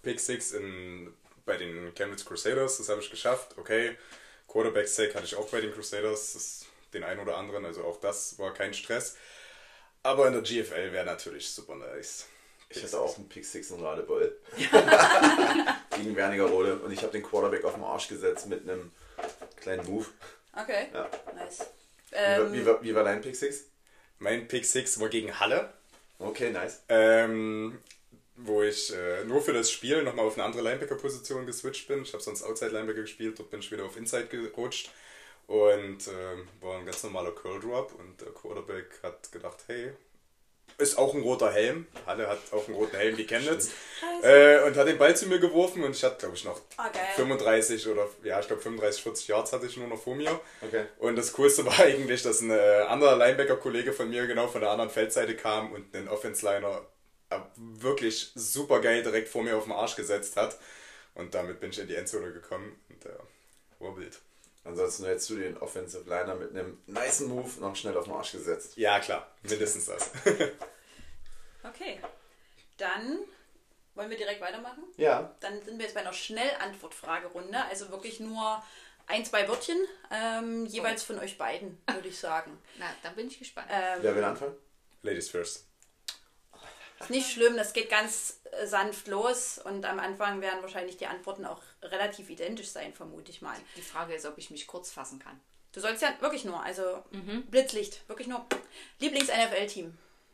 Pick Six in, bei den Kamloops Crusaders, das habe ich geschafft. Okay, Quarterback Sack hatte ich auch bei den Crusaders, das, den einen oder anderen, also auch das war kein Stress. Aber in der G F L wäre natürlich super nice. Ich hatte auch einen Pick Six in Radebeul. Gegen Wernigerode. Und ich habe den Quarterback auf den Arsch gesetzt mit einem kleinen Move. Okay, Ja. nice. Wie, Ähm, war, wie, war, wie war dein Pick Six? Mein Pick Six war gegen Halle, Okay, nice. ähm, wo ich äh, nur für das Spiel nochmal auf eine andere Linebacker-Position geswitcht bin. Ich habe sonst Outside Linebacker gespielt, dort bin ich wieder auf Inside gerutscht. Und ähm, war ein ganz normaler Curl Drop und der Quarterback hat gedacht, hey, ist auch ein roter Helm. Halle hat auch einen roten Helm wie Chemnitz. Äh, und hat den Ball zu mir geworfen und ich hatte, glaube ich, noch ah, geil. fünfunddreißig oder, ja, ich glaube fünfunddreißig, vierzig Yards hatte ich nur noch vor mir. Okay. Und das Coolste war eigentlich, dass ein äh, anderer Linebacker-Kollege von mir genau von der anderen Feldseite kam und einen Offense-Liner äh, wirklich super geil direkt vor mir auf den Arsch gesetzt hat. Und damit bin ich in die Endzone gekommen und äh, war wild. Ansonsten hättest du den Offensive Liner mit einem nice Move noch schnell auf den Arsch gesetzt. Ja, klar, mindestens das. Okay, dann wollen wir direkt weitermachen. Ja. Dann sind wir jetzt bei einer Schnellantwort-Fragerunde, also wirklich nur ein, zwei Wörtchen, ähm, jeweils von euch beiden, würde ich sagen. Na, dann bin ich gespannt. Ähm, Wer will anfangen? Ladies first. Ist nicht schlimm, das geht ganz äh, sanft los und am Anfang werden wahrscheinlich die Antworten auch relativ identisch sein, vermute ich mal. Die Frage ist, ob ich mich kurz fassen kann. Du sollst ja wirklich nur, also Blitzlicht, wirklich nur Lieblings-N F L-Team.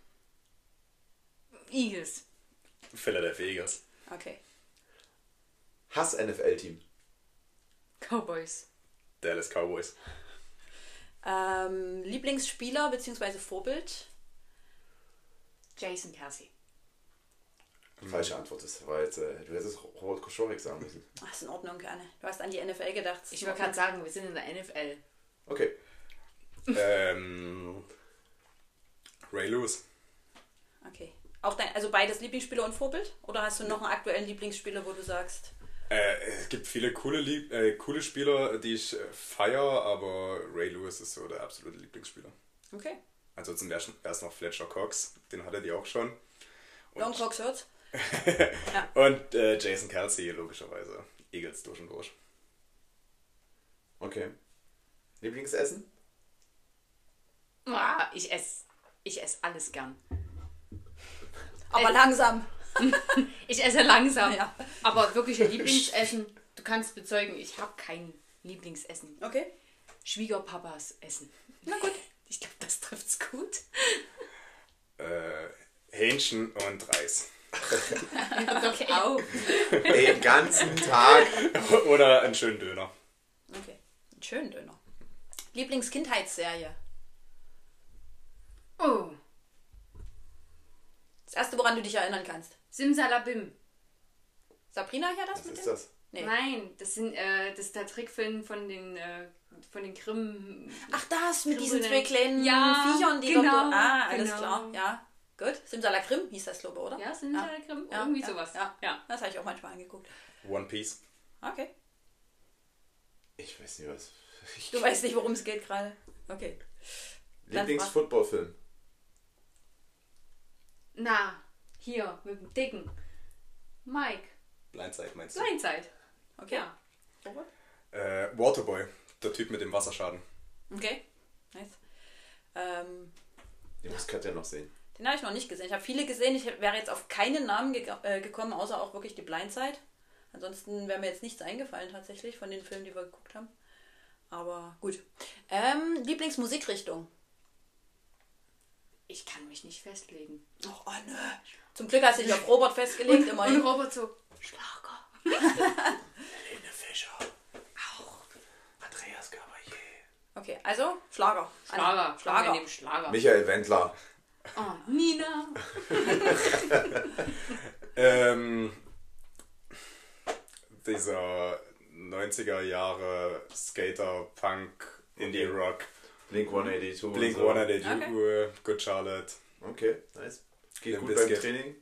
Eagles. Philadelphia Eagles. Okay. Hass-N F L-Team. Cowboys. Dallas Cowboys. Ähm, Lieblingsspieler bzw. Vorbild? Jason Kelsey. Falsche Antwort. Das war jetzt, äh, du hättest Robert Koschorek sagen müssen. Ach, ist in Ordnung, gerne. Du hast an die N F L gedacht. Ich wollte gerade sagen, wir sind in der N F L. Okay. ähm, Ray Lewis. Okay. Auch dein, also beides Lieblingsspieler und Vorbild? Oder hast du noch einen aktuellen Lieblingsspieler, wo du sagst? Äh, es gibt viele coole, Lieb äh, coole Spieler, die ich äh, feiere, aber Ray Lewis ist so der absolute Lieblingsspieler. Okay. Ansonsten wäre es noch Fletcher Cox, den hattet ihr auch schon. Und, Long Cox hört's? und äh, Jason Kelsey, logischerweise. Eagles durch und durch. Okay. Lieblingsessen? Ah, ich esse ich ess alles gern. Aber Äh, langsam. Ich esse langsam. Ja. Aber wirklich ein Lieblingsessen, du kannst bezeugen, ich habe kein Lieblingsessen. Okay. Schwiegerpapas Essen. Na gut. Ich glaube, das trifft's gut. Äh, Hähnchen und Reis. Okay. Au. Den ganzen Tag. Oder einen schönen Döner. Okay. Einen schönen Döner. Lieblingskindheitsserie? Oh. Das erste, woran du dich erinnern kannst. Simsalabim. Sabrina hier das Was mit ist dem? das? Nee. Nein, das sind äh, das ist der Trickfilm von den äh, von den Grimm. Ach, das mit diesen Kribbeln. zwei kleinen Ja, Viechern, die genau, dort... Ah, alles genau. klar. Ja, gut. Simsalakrim hieß das, glaube ich, oder? Ja, Simsalabim, Ja, irgendwie ja, sowas. Ja. Ja. Das habe ich auch manchmal angeguckt. One Piece. Okay. Ich weiß nicht was. Ich Du weißt nicht, worum es geht gerade. Okay. Lieblings-Football-Film. Na, hier mit dem dicken Mike. Blindside meinst du? Blindside. Okay. Ja. Robert? Äh, Waterboy. Der Typ mit dem Wasserschaden. Okay. Nice. Ähm, Den muss Katja noch sehen. den habe ich noch nicht gesehen. Ich habe viele gesehen. Ich wäre jetzt auf keinen Namen ge äh, gekommen, außer auch wirklich die Blindside. Ansonsten wäre mir jetzt nichts eingefallen tatsächlich von den Filmen, die wir geguckt haben. Aber gut. Ähm, Lieblingsmusikrichtung? Ich kann mich nicht festlegen. Oh, oh nö. Zum Glück hast du dich auf Robert festgelegt. Und Immerhin. Robert so, Schlager. Helene Fischer. Auch. Andreas Gabalier. Okay, also Schlager. Schlager. Anna. Schlager. Schlager. Wir Schlager. Michael Wendler. Oh, Nina. Ähm, dieser neunziger Jahre Skater, Punk, Indie Rock, Blink hundertzweiundachtzig. Blink und so. hundertzweiundachtzig, Okay. Good Charlotte. Okay, nice. Geht Limp gut beim Bizkit. Training.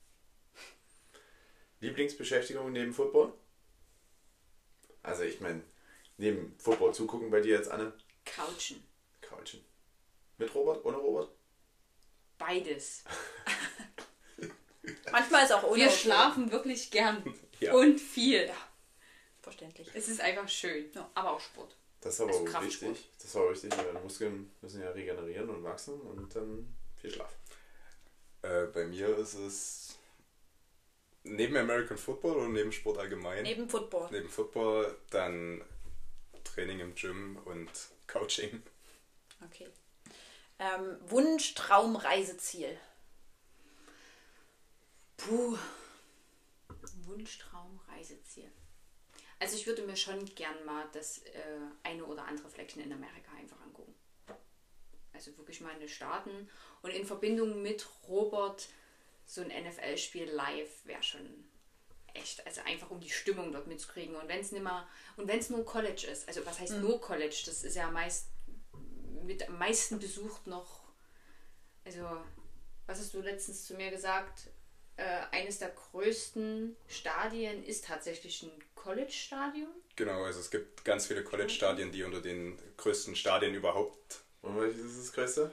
Lieblingsbeschäftigung neben Football? Also ich meine, neben Football zugucken bei dir jetzt, Anne? Couchen. Couchen. Mit Robert? Ohne Robert? Beides. Manchmal ist auch ohne. Wir okay. schlafen wirklich gern. Ja. Und viel. Ja, verständlich. Es ist einfach schön. Ja. Aber auch Sport. Das ist aber Also auch Kraftsport. wichtig. Das ist aber wichtig, weil die Muskeln müssen ja regenerieren und wachsen und dann viel Schlaf. Äh, bei mir ist es neben American Football oder neben Sport allgemein? Neben Football. Neben Football, dann Training im Gym und Coaching. Okay. Ähm, Wunsch, Traum, Reiseziel. Puh. Wunschtraum, Reiseziel. Also ich würde mir schon gern mal das äh, eine oder andere Fleckchen in Amerika einfach angucken. Also wirklich mal in den Staaten. Und in Verbindung mit Robert so ein N F L-Spiel live wäre schon echt, also einfach um die Stimmung dort mitzukriegen. Und wenn es nicht mal, und wenn es nur College ist, also was heißt Mhm. nur College, das ist ja meist mit am meisten besucht noch, also was hast du letztens zu mir gesagt? Äh, eines der größten Stadien ist tatsächlich ein College-Stadion. Genau, also es gibt ganz viele College-Stadien, die unter den größten Stadien überhaupt. Und welches ist das größte?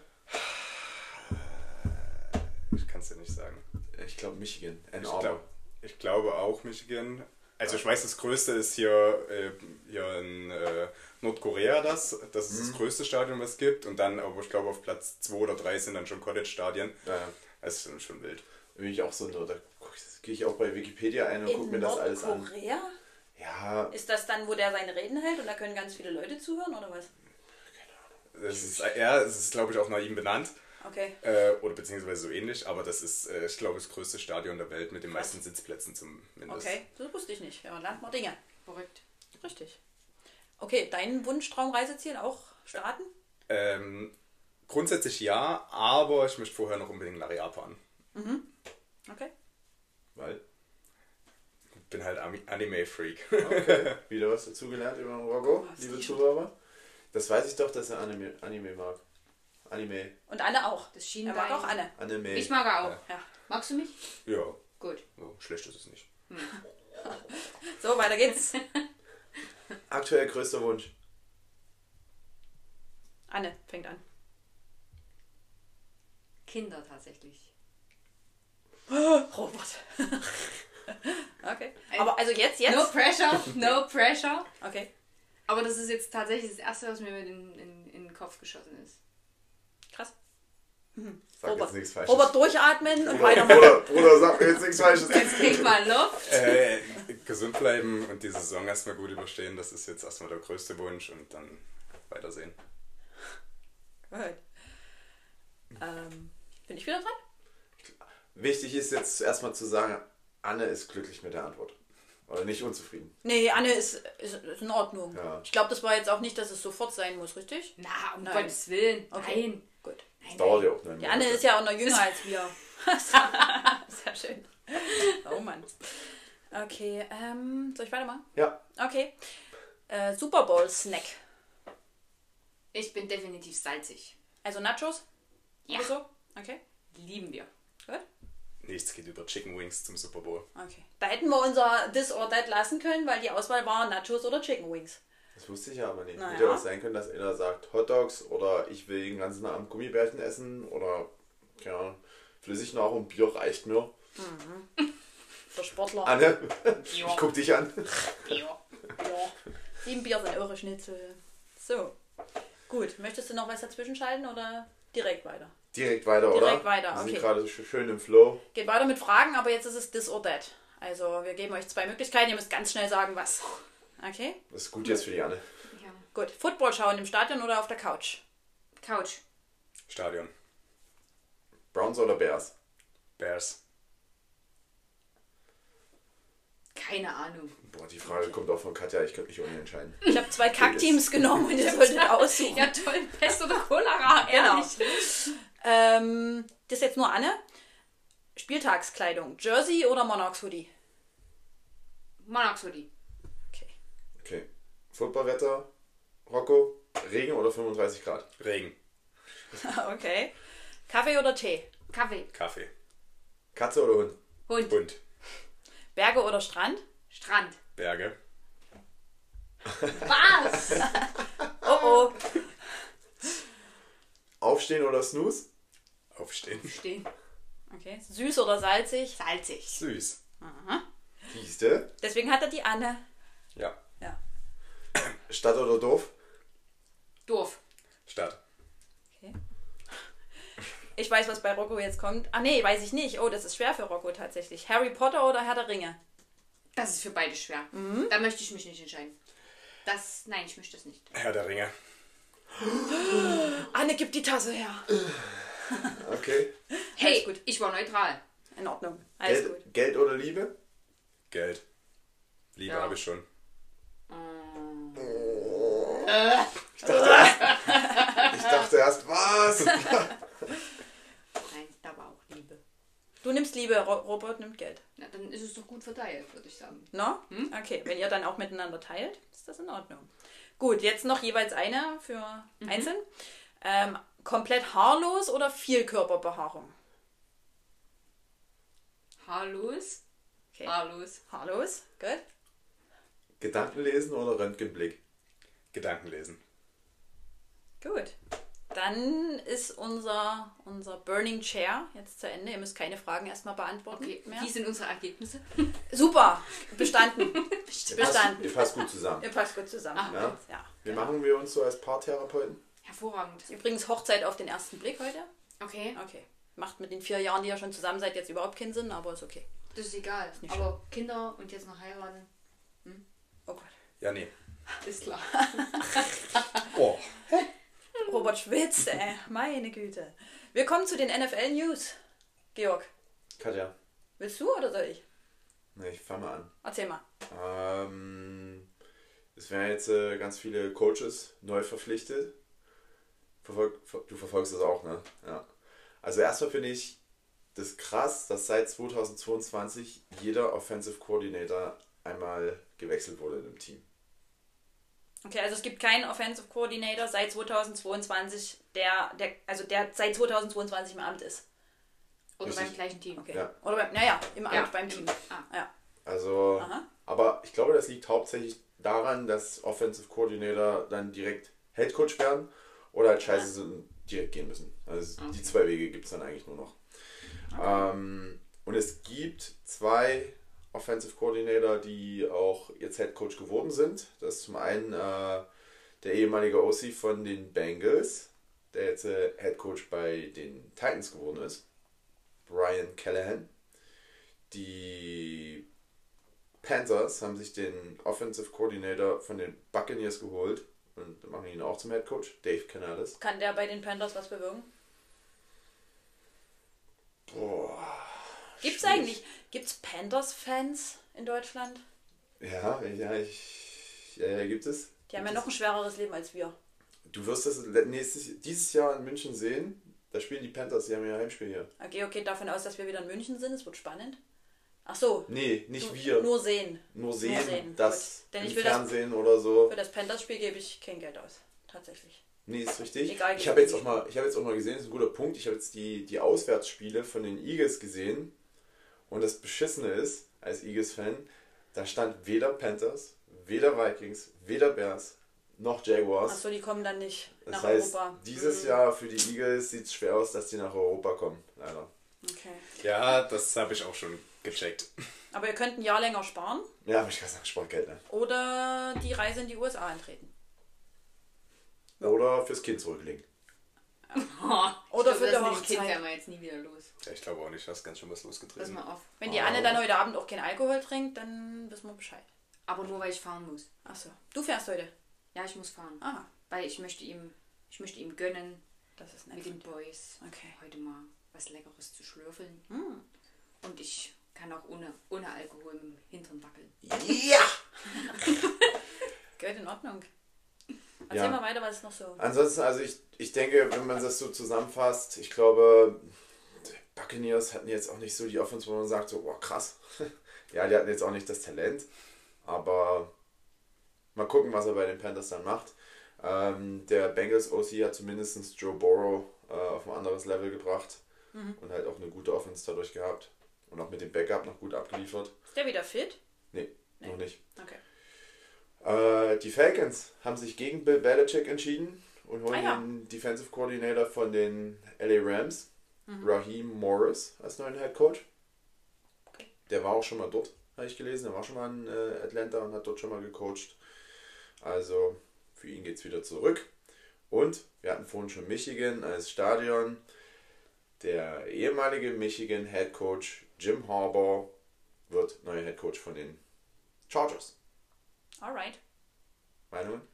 Ich kann es dir nicht sagen. Ich glaube Michigan. Ann Ich, Arbor. glaub, ich glaube auch Michigan. Also ich weiß, das größte ist hier, äh, hier in äh, Nordkorea das. Das ist das größte Stadion, was es gibt. Und dann, aber ich glaube, auf Platz zwei oder drei sind dann schon College-Stadien. Ja, ja. Das ist schon wild. Bin ich auch so nur, da guck- gehe ich auch bei Wikipedia ein und gucke mir das alles an. Nordkorea? Ja, Ist das dann, wo der seine Reden hält und da können ganz viele Leute zuhören oder was? Das ist, ja, es ist, glaube ich, auch nach ihm benannt. Okay. Äh, oder beziehungsweise so ähnlich. Aber das ist, äh, ich glaube, das größte Stadion der Welt mit den Krass. meisten Sitzplätzen zumindest. Okay, das wusste ich nicht. Ja, man lernt mal Dinge. Verrückt. Richtig. Okay, dein Wunsch, Traum, Reiseziel auch Staaten? Ähm, grundsätzlich ja, aber ich möchte vorher noch unbedingt nach Japan. Okay. weil. Ich bin halt Ami- Anime-Freak. Okay. Wieder was dazugelernt über den Rocco, Was liebe die- Zuhörer. Das weiß ich doch, dass er Anime, Anime mag. Anime. Und Anne auch. Das schien Er mag dein- auch Anne. Anime. Ich mag er auch. Ja. Magst du mich? Ja, Gut. so schlecht ist es nicht. So, weiter geht's. Aktuell größter Wunsch. Anne fängt an. Kinder tatsächlich. Robert. Okay. Aber also jetzt, jetzt? No pressure, no pressure. Okay. Aber das ist jetzt tatsächlich das Erste, was mir mit in, in, in den Kopf geschossen ist. Krass. Sag Robert. jetzt nichts Falsches. Robert durchatmen und Bruder, weitermachen. Bruder, Bruder, sag mir jetzt nichts Falsches. Jetzt krieg mal Luft. Äh, gesund bleiben und die Saison erstmal gut überstehen, das ist jetzt erstmal der größte Wunsch und dann weitersehen. Gut. Ähm, bin ich wieder dran? Wichtig ist jetzt erstmal zu sagen, Anne ist glücklich mit der Antwort. Oder nicht unzufrieden. Nee, Anne ist, ist, ist in Ordnung. Ja. Ich glaube, das war jetzt auch nicht, dass es sofort sein muss, richtig? Na, um Nein. Gottes Willen. Okay. Nein. Gut. Das Nein, dauert nein. ja auch neun Die Anne Monate. ist ja auch noch jünger als wir. Sehr schön. Oh Mann. Okay, ähm, soll ich weitermachen? Ja. Okay. Äh, Super Bowl Snack. Ich bin definitiv salzig. Also Nachos? Ja. Oder so? Okay. Lieben wir. Gut. Nichts geht über Chicken Wings zum Super Bowl. Okay. Da hätten wir unser This or That lassen können, weil die Auswahl war Nachos oder Chicken Wings. Das wusste ich ja aber nicht. Naja. Hätte ja auch sein können, dass einer sagt Hot Dogs oder ich will den ganzen Abend Gummibärchen essen oder keine Ahnung, Flüssignahrung und Bier reicht mir. Für Sportler. Anne, Ja. ich guck dich an. Ja. Ja. Sieben Bier sind eure Schnitzel. So. Gut. Möchtest du noch was dazwischen schalten oder direkt weiter? Direkt weiter, oder? Direkt weiter, Wir sind okay. gerade sch- schön im Flow. Geht weiter mit Fragen, aber jetzt ist es This or That. Also wir geben euch zwei Möglichkeiten. Ihr müsst ganz schnell sagen, was. Okay? Das ist gut jetzt für die Anne. Ja. Gut. Football schauen im Stadion oder auf der Couch? Couch. Stadion. Browns oder Bears? Bears. Keine Ahnung. Boah, die Frage kommt auch von Katja, ich könnte mich ohne entscheiden. Ich habe zwei Kackteams genommen und ihr solltet aussuchen. Ja toll, Pest oder Cholera, Genau. ehrlich. Ähm, das ist jetzt nur Anne. Spieltagskleidung. Jersey oder Monarchs Hoodie? Monarchs Hoodie. Okay. Okay. Footballwetter, Rocco, Regen oder fünfunddreißig Grad? Regen. Okay. Kaffee oder Tee? Kaffee. Kaffee. Katze oder Hund? Hund. Hund. Berge oder Strand? Strand. Berge. Was? Oh oh. Aufstehen oder Snooze? Aufstehen. Stehen. Okay. Süß oder salzig? Salzig. Süß. Aha. Siehste? Deswegen hat er die Anne. Ja. Ja. Stadt oder Dorf? Dorf. Stadt. Okay. Ich weiß, was bei Rocco jetzt kommt. Ah nee, weiß ich nicht. Oh, das ist schwer für Rocco tatsächlich. Harry Potter oder Herr der Ringe? Das ist für beide schwer. Mhm. Da möchte ich mich nicht entscheiden. Das, nein, ich möchte das nicht. Herr der Ringe. Anne, gib die Tasse her. Okay. Hey, Alles gut. ich war neutral. In Ordnung. Alles Geld, gut. Geld oder Liebe? Geld. Liebe Ja. habe ich schon. Ich dachte erst, ich dachte erst was? Nein, da war auch Liebe. Du nimmst Liebe, Ro Robert nimmt Geld. Ja, dann ist es doch gut verteilt, würde ich sagen. No? Hm? Okay, wenn ihr dann auch miteinander teilt, ist das in Ordnung. Gut, jetzt noch jeweils eine für Mhm. einzeln. Ähm, komplett haarlos oder viel Körperbehaarung? Haarlos. Okay. Haarlos. Haarlos, gut. Gedanken lesen oder Röntgenblick? Gedanken lesen. Gut. Dann ist unser, unser Burning Chair jetzt zu Ende. Ihr müsst keine Fragen erstmal beantworten Okay, mehr. wie sind unsere Ergebnisse? Super, bestanden. Ihr passt, bestanden. ihr passt gut zusammen. Ihr passt gut zusammen. Ah, Ja. Ja. Wie machen wir uns so als Paartherapeuten? Hervorragend. Übrigens Hochzeit auf den ersten Blick heute. Okay, Okay. Macht mit den vier Jahren, die ihr schon zusammen seid, jetzt überhaupt keinen Sinn, aber ist okay. das ist egal. nicht Aber Kinder und jetzt noch heiraten, Oh Gott. Ja, nee. ist klar. Oh. Robert schwitzt, ey. Meine Güte. Wir kommen zu den N F L-News. Georg, Katja, willst du oder soll ich? ne, ich fange mal an. Erzähl mal. Ähm, es werden jetzt äh, ganz viele Coaches neu verpflichtet. Verfolg, ver, du verfolgst das auch, ne? Ja. Also erstmal finde ich das krass, dass seit zweitausendzweiundzwanzig jeder Offensive Coordinator einmal gewechselt wurde im Team. Okay, also es gibt keinen Offensive Coordinator seit zweitausendzweiundzwanzig, der, der, also der seit zweitausendzweiundzwanzig im Amt ist. Oder Richtig. beim gleichen Team. Okay. Ja. Oder beim, naja, im Amt, Ja. beim Team. Ah. Ja. Also, Aha. aber ich glaube, das liegt hauptsächlich daran, dass Offensive Coordinator dann direkt Head Coach werden oder halt scheiße sind und direkt gehen müssen. Also Okay. die zwei Wege gibt es dann eigentlich nur noch. Ähm, und es gibt zwei Offensive Coordinator, die auch jetzt Head Coach geworden sind. Das ist zum einen äh, der ehemalige O C von den Bengals, der jetzt äh, Head Coach bei den Titans geworden ist, Brian Callahan. Die Panthers haben sich den Offensive Coordinator von den Buccaneers geholt und machen ihn auch zum Head Coach, Dave Canales. Kann der bei den Panthers was bewirken? Boah. Gibt's schwierig. eigentlich, gibt's Panthers-Fans in Deutschland? Ja, ja, ich, ja, ja, gibt es. Die haben ja Gibt noch ein schwereres Leben als wir. es. Du wirst das nächstes, dieses Jahr in München sehen. Da spielen die Panthers, die haben ja ein Heimspiel hier. Okay, okay, davon aus, dass wir wieder in München sind, es wird spannend. Ach so, Nee, nicht nur, wir. nur sehen. Nur sehen, nur sehen, das gut. Denn im ich will das- Fernsehen oder so. Für das Panthers-Spiel gebe ich kein Geld aus. Tatsächlich. Nee, ist richtig. Egal, ich gegen habe jetzt, wen auch mal- ich hab jetzt auch mal gesehen, das ist ein guter Punkt, ich habe jetzt die, die Auswärtsspiele von den Eagles gesehen. Und das Beschissene ist, als Eagles-Fan, da stand weder Panthers, weder Vikings, weder Bears, noch Jaguars. Achso, die kommen dann nicht Das nach heißt, Europa. dieses Mhm. Jahr für die Eagles sieht es schwer aus, dass die nach Europa kommen. Leider. Okay. Ja, das habe ich auch schon gecheckt. Aber ihr könnt ein Jahr länger sparen Ja, aber ich kann sagen, Sportgeld, ne? oder die Reise in die U S A antreten. Oder fürs Kind zurücklegen. Oder ich für die glaub, das mit dem Hochzeit. Kind werden wir jetzt nie wieder los. Ja, ich glaube auch nicht, dass ganz schön was Pass losgetreten. mal auf. Wenn die Ah. Anne dann heute Abend auch keinen Alkohol trinkt, dann wissen wir Bescheid. Aber nur weil ich fahren muss. Achso. Du fährst heute. Ja, ich muss fahren. Aha. Weil ich möchte ihm, ich möchte ihm gönnen, Das ist mit nett. den Boys Okay. heute mal was Leckeres zu schlürfeln. Hm. Und ich kann auch ohne, ohne Alkohol mit dem Hintern wackeln. Ja! Gehört in Ordnung. Erzähl Ja. mal weiter, was ist noch so. Ansonsten, also ich, ich denke, wenn man das so zusammenfasst, ich glaube, die Buccaneers hatten jetzt auch nicht so die Offense, wo man sagt, so, oh krass. Ja, die hatten jetzt auch nicht das Talent, aber mal gucken, was er bei den Panthers dann macht. Ähm, der Bengals O C hat zumindest Joe Burrow äh, auf ein anderes Level gebracht Mhm. und halt auch eine gute Offense dadurch gehabt und auch mit dem Backup noch gut abgeliefert. Ist der wieder fit? Nee, Nee. noch nicht. Okay. Äh, die Falcons haben sich gegen Bill Belichick entschieden und holen Ah, ja. den Defensive Coordinator von den L A Rams. mhm. Raheem Morris als neuen Head Coach. Okay. Der war auch schon mal dort, habe ich gelesen. Der war schon mal in äh, Atlanta und hat dort schon mal gecoacht. Also für ihn geht es wieder zurück. Und wir hatten vorhin schon Michigan als Stadion. Der ehemalige Michigan Head Coach Jim Harbaugh wird neuer Head Coach von den Chargers. Alright. Meinungen?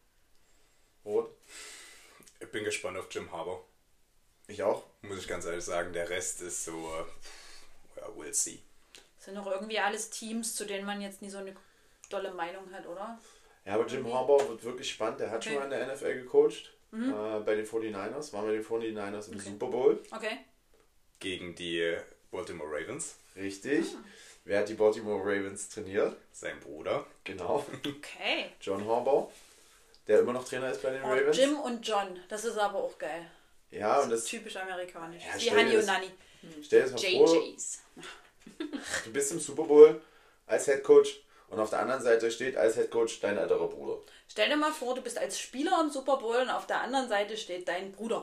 Rot? Ich bin gespannt auf Jim Harbaugh. Ich auch. Muss ich ganz ehrlich sagen, der Rest ist so, äh, ja, we'll see. Das sind doch irgendwie alles Teams, zu denen man jetzt nie so eine dolle Meinung hat, oder? Ja, aber Jim Harbaugh wird wirklich spannend. Der hat Okay. schon mal in der N F L gecoacht. Mhm. Äh, bei den forty-niners. Waren wir den forty-niners im Okay. Super Bowl. Okay. Gegen die Baltimore Ravens. Richtig. Ah. Wer hat die Baltimore Ravens trainiert? Sein Bruder. Genau. Okay. John Harbaugh. Der immer noch Trainer ist bei den Oh, Ravens. Jim und John, das ist aber auch geil. Ja, und Das das. ist typisch amerikanisch. Ja, Wie stell dir Hani und das- Nani. Stell dir das mal vor, J Js. du bist im Super Bowl als Head Coach und auf der anderen Seite steht als Head Coach dein älterer Bruder. Stell dir mal vor, du bist als Spieler im Super Bowl und auf der anderen Seite steht dein Bruder.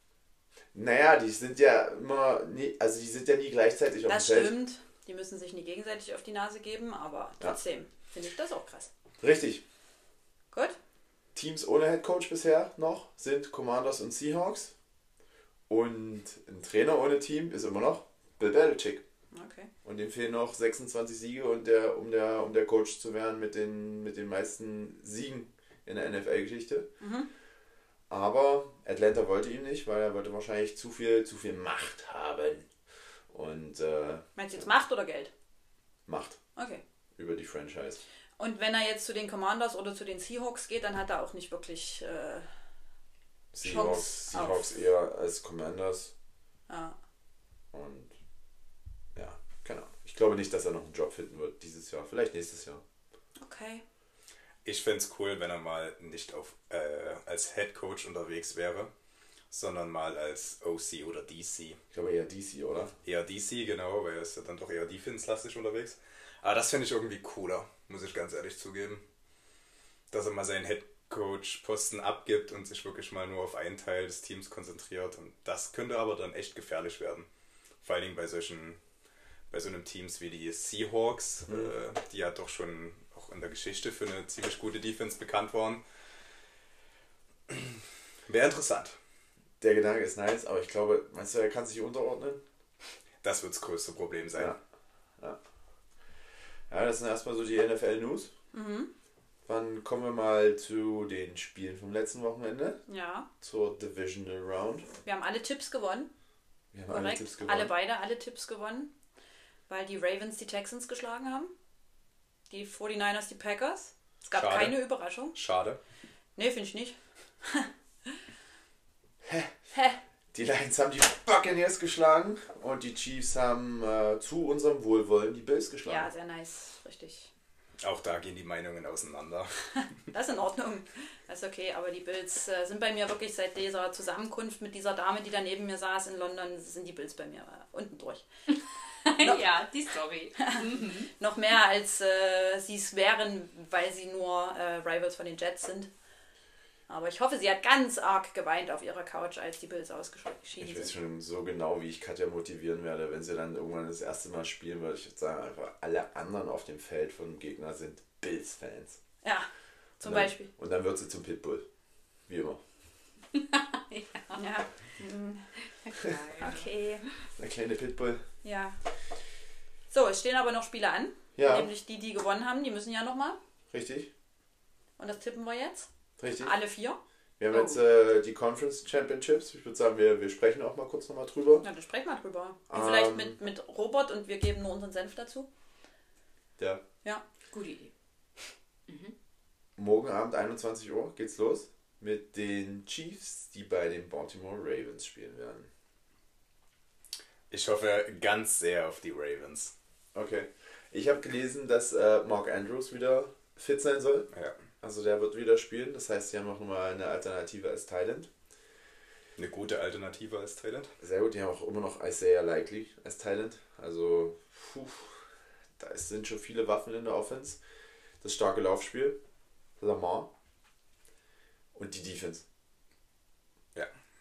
Naja, die sind ja immer nie, also die sind ja nie gleichzeitig auf Das dem Feld. stimmt. Die müssen sich nie gegenseitig auf die Nase geben, aber trotzdem finde ich das auch krass. Richtig. Gut? Teams ohne Head Coach bisher noch sind Commanders und Seahawks. Und ein Trainer ohne Team ist immer noch Bill Belichick. Okay. Und dem fehlen noch sechsundzwanzig Siege, und der, um, der, um der Coach zu werden mit den, mit den meisten Siegen in der N F L-Geschichte. Mhm. Aber Atlanta wollte ihn nicht, weil er wollte wahrscheinlich zu viel, zu viel Macht haben. Und äh, Meinst du jetzt Macht oder Geld? Macht Okay. über die Franchise. Und wenn er jetzt zu den Commanders oder zu den Seahawks geht, dann hat er auch nicht wirklich. Äh, Seahawks, Chance auf- Seahawks eher als Commanders. ja. Und ja, keine Ahnung. Ich glaube nicht, dass er noch einen Job finden wird dieses Jahr. Vielleicht nächstes Jahr. Okay. Ich fände es cool, wenn er mal nicht auf, äh, als Head Coach unterwegs wäre, sondern mal als O C oder D C. Ich glaube eher D C, oder? Eher D C, genau, weil er ist ja dann doch eher Defense-lastig unterwegs. Aber das finde ich irgendwie cooler, muss ich ganz ehrlich zugeben. Dass er mal seinen Head Coach-Posten abgibt und sich wirklich mal nur auf einen Teil des Teams konzentriert. Und das könnte aber dann echt gefährlich werden. Vor allen Dingen bei solchen, bei so einem Teams wie die Seahawks, Mhm. äh, die ja doch schon auch in der Geschichte für eine ziemlich gute Defense bekannt waren. Wäre interessant. Der Gedanke ist nice, aber ich glaube, meinst du, er kann sich unterordnen? Das wird das größte Problem sein. Ja. Ja, ja, das sind erstmal so die N F L-News. Mhm. Dann kommen wir mal zu den Spielen vom letzten Wochenende, Ja. zur Divisional Round. Wir haben alle Tipps gewonnen. Wir haben alle Korrekt. Tipps gewonnen. Alle beide alle Tipps gewonnen. Weil die Ravens die Texans geschlagen haben. Die forty-niners die Packers. Es gab Schade. keine Überraschung. Schade. Nee, finde ich nicht. Hä? Hä? Die Lions haben die Buccaneers geschlagen und die Chiefs haben äh, zu unserem Wohlwollen die Bills geschlagen. Ja, sehr nice. Richtig. Auch da gehen die Meinungen auseinander. Das ist in Ordnung. Das ist okay, aber die Bills äh, sind bei mir wirklich seit dieser Zusammenkunft mit dieser Dame, die da neben mir saß in London, sind die Bills bei mir äh, unten durch. Ja, die Story. Noch mehr als äh, sie es wären, weil sie nur äh, Rivals von den Jets sind. Aber ich hoffe, sie hat ganz arg geweint auf ihrer Couch, als die Bills ausgeschieden Ich weiß sind. schon so genau, wie ich Katja motivieren werde, wenn sie dann irgendwann das erste Mal spielen wird. Ich würde sagen, einfach alle anderen auf dem Feld von dem Gegner sind Bills-Fans. Ja, zum Und dann- Beispiel. Und dann wird sie zum Pitbull. Wie immer. Ja, okay. Der kleine Pitbull. Ja. So, es stehen aber noch Spiele an. Ja. Nämlich die, die gewonnen haben, die müssen ja nochmal. Richtig? Und das tippen wir jetzt. Richtig. Alle vier. Wir haben Oh. jetzt äh, die Conference Championships. Ich würde sagen, wir, wir sprechen auch mal kurz nochmal drüber. Na, dann sprechen wir drüber. Ähm. Vielleicht mit, mit Robert und wir geben nur unseren Senf dazu. Ja. Ja. Gute Idee. Morgen Abend einundzwanzig Uhr geht's los mit den Chiefs, die bei den Baltimore Ravens spielen werden. Ich hoffe ganz sehr auf die Ravens. Okay. Ich habe gelesen, dass äh, Mark Andrews wieder fit sein soll. Ja. Also der wird wieder spielen. Das heißt, sie haben auch nochmal eine Alternative als Thailand. Eine gute Alternative als Thailand. Sehr gut, die haben auch immer noch Isaiah Likely als Thailand. Also, puh, da ist- sind schon viele Waffen in der Offense. Das starke Laufspiel, Lamar und die Defense. Ja.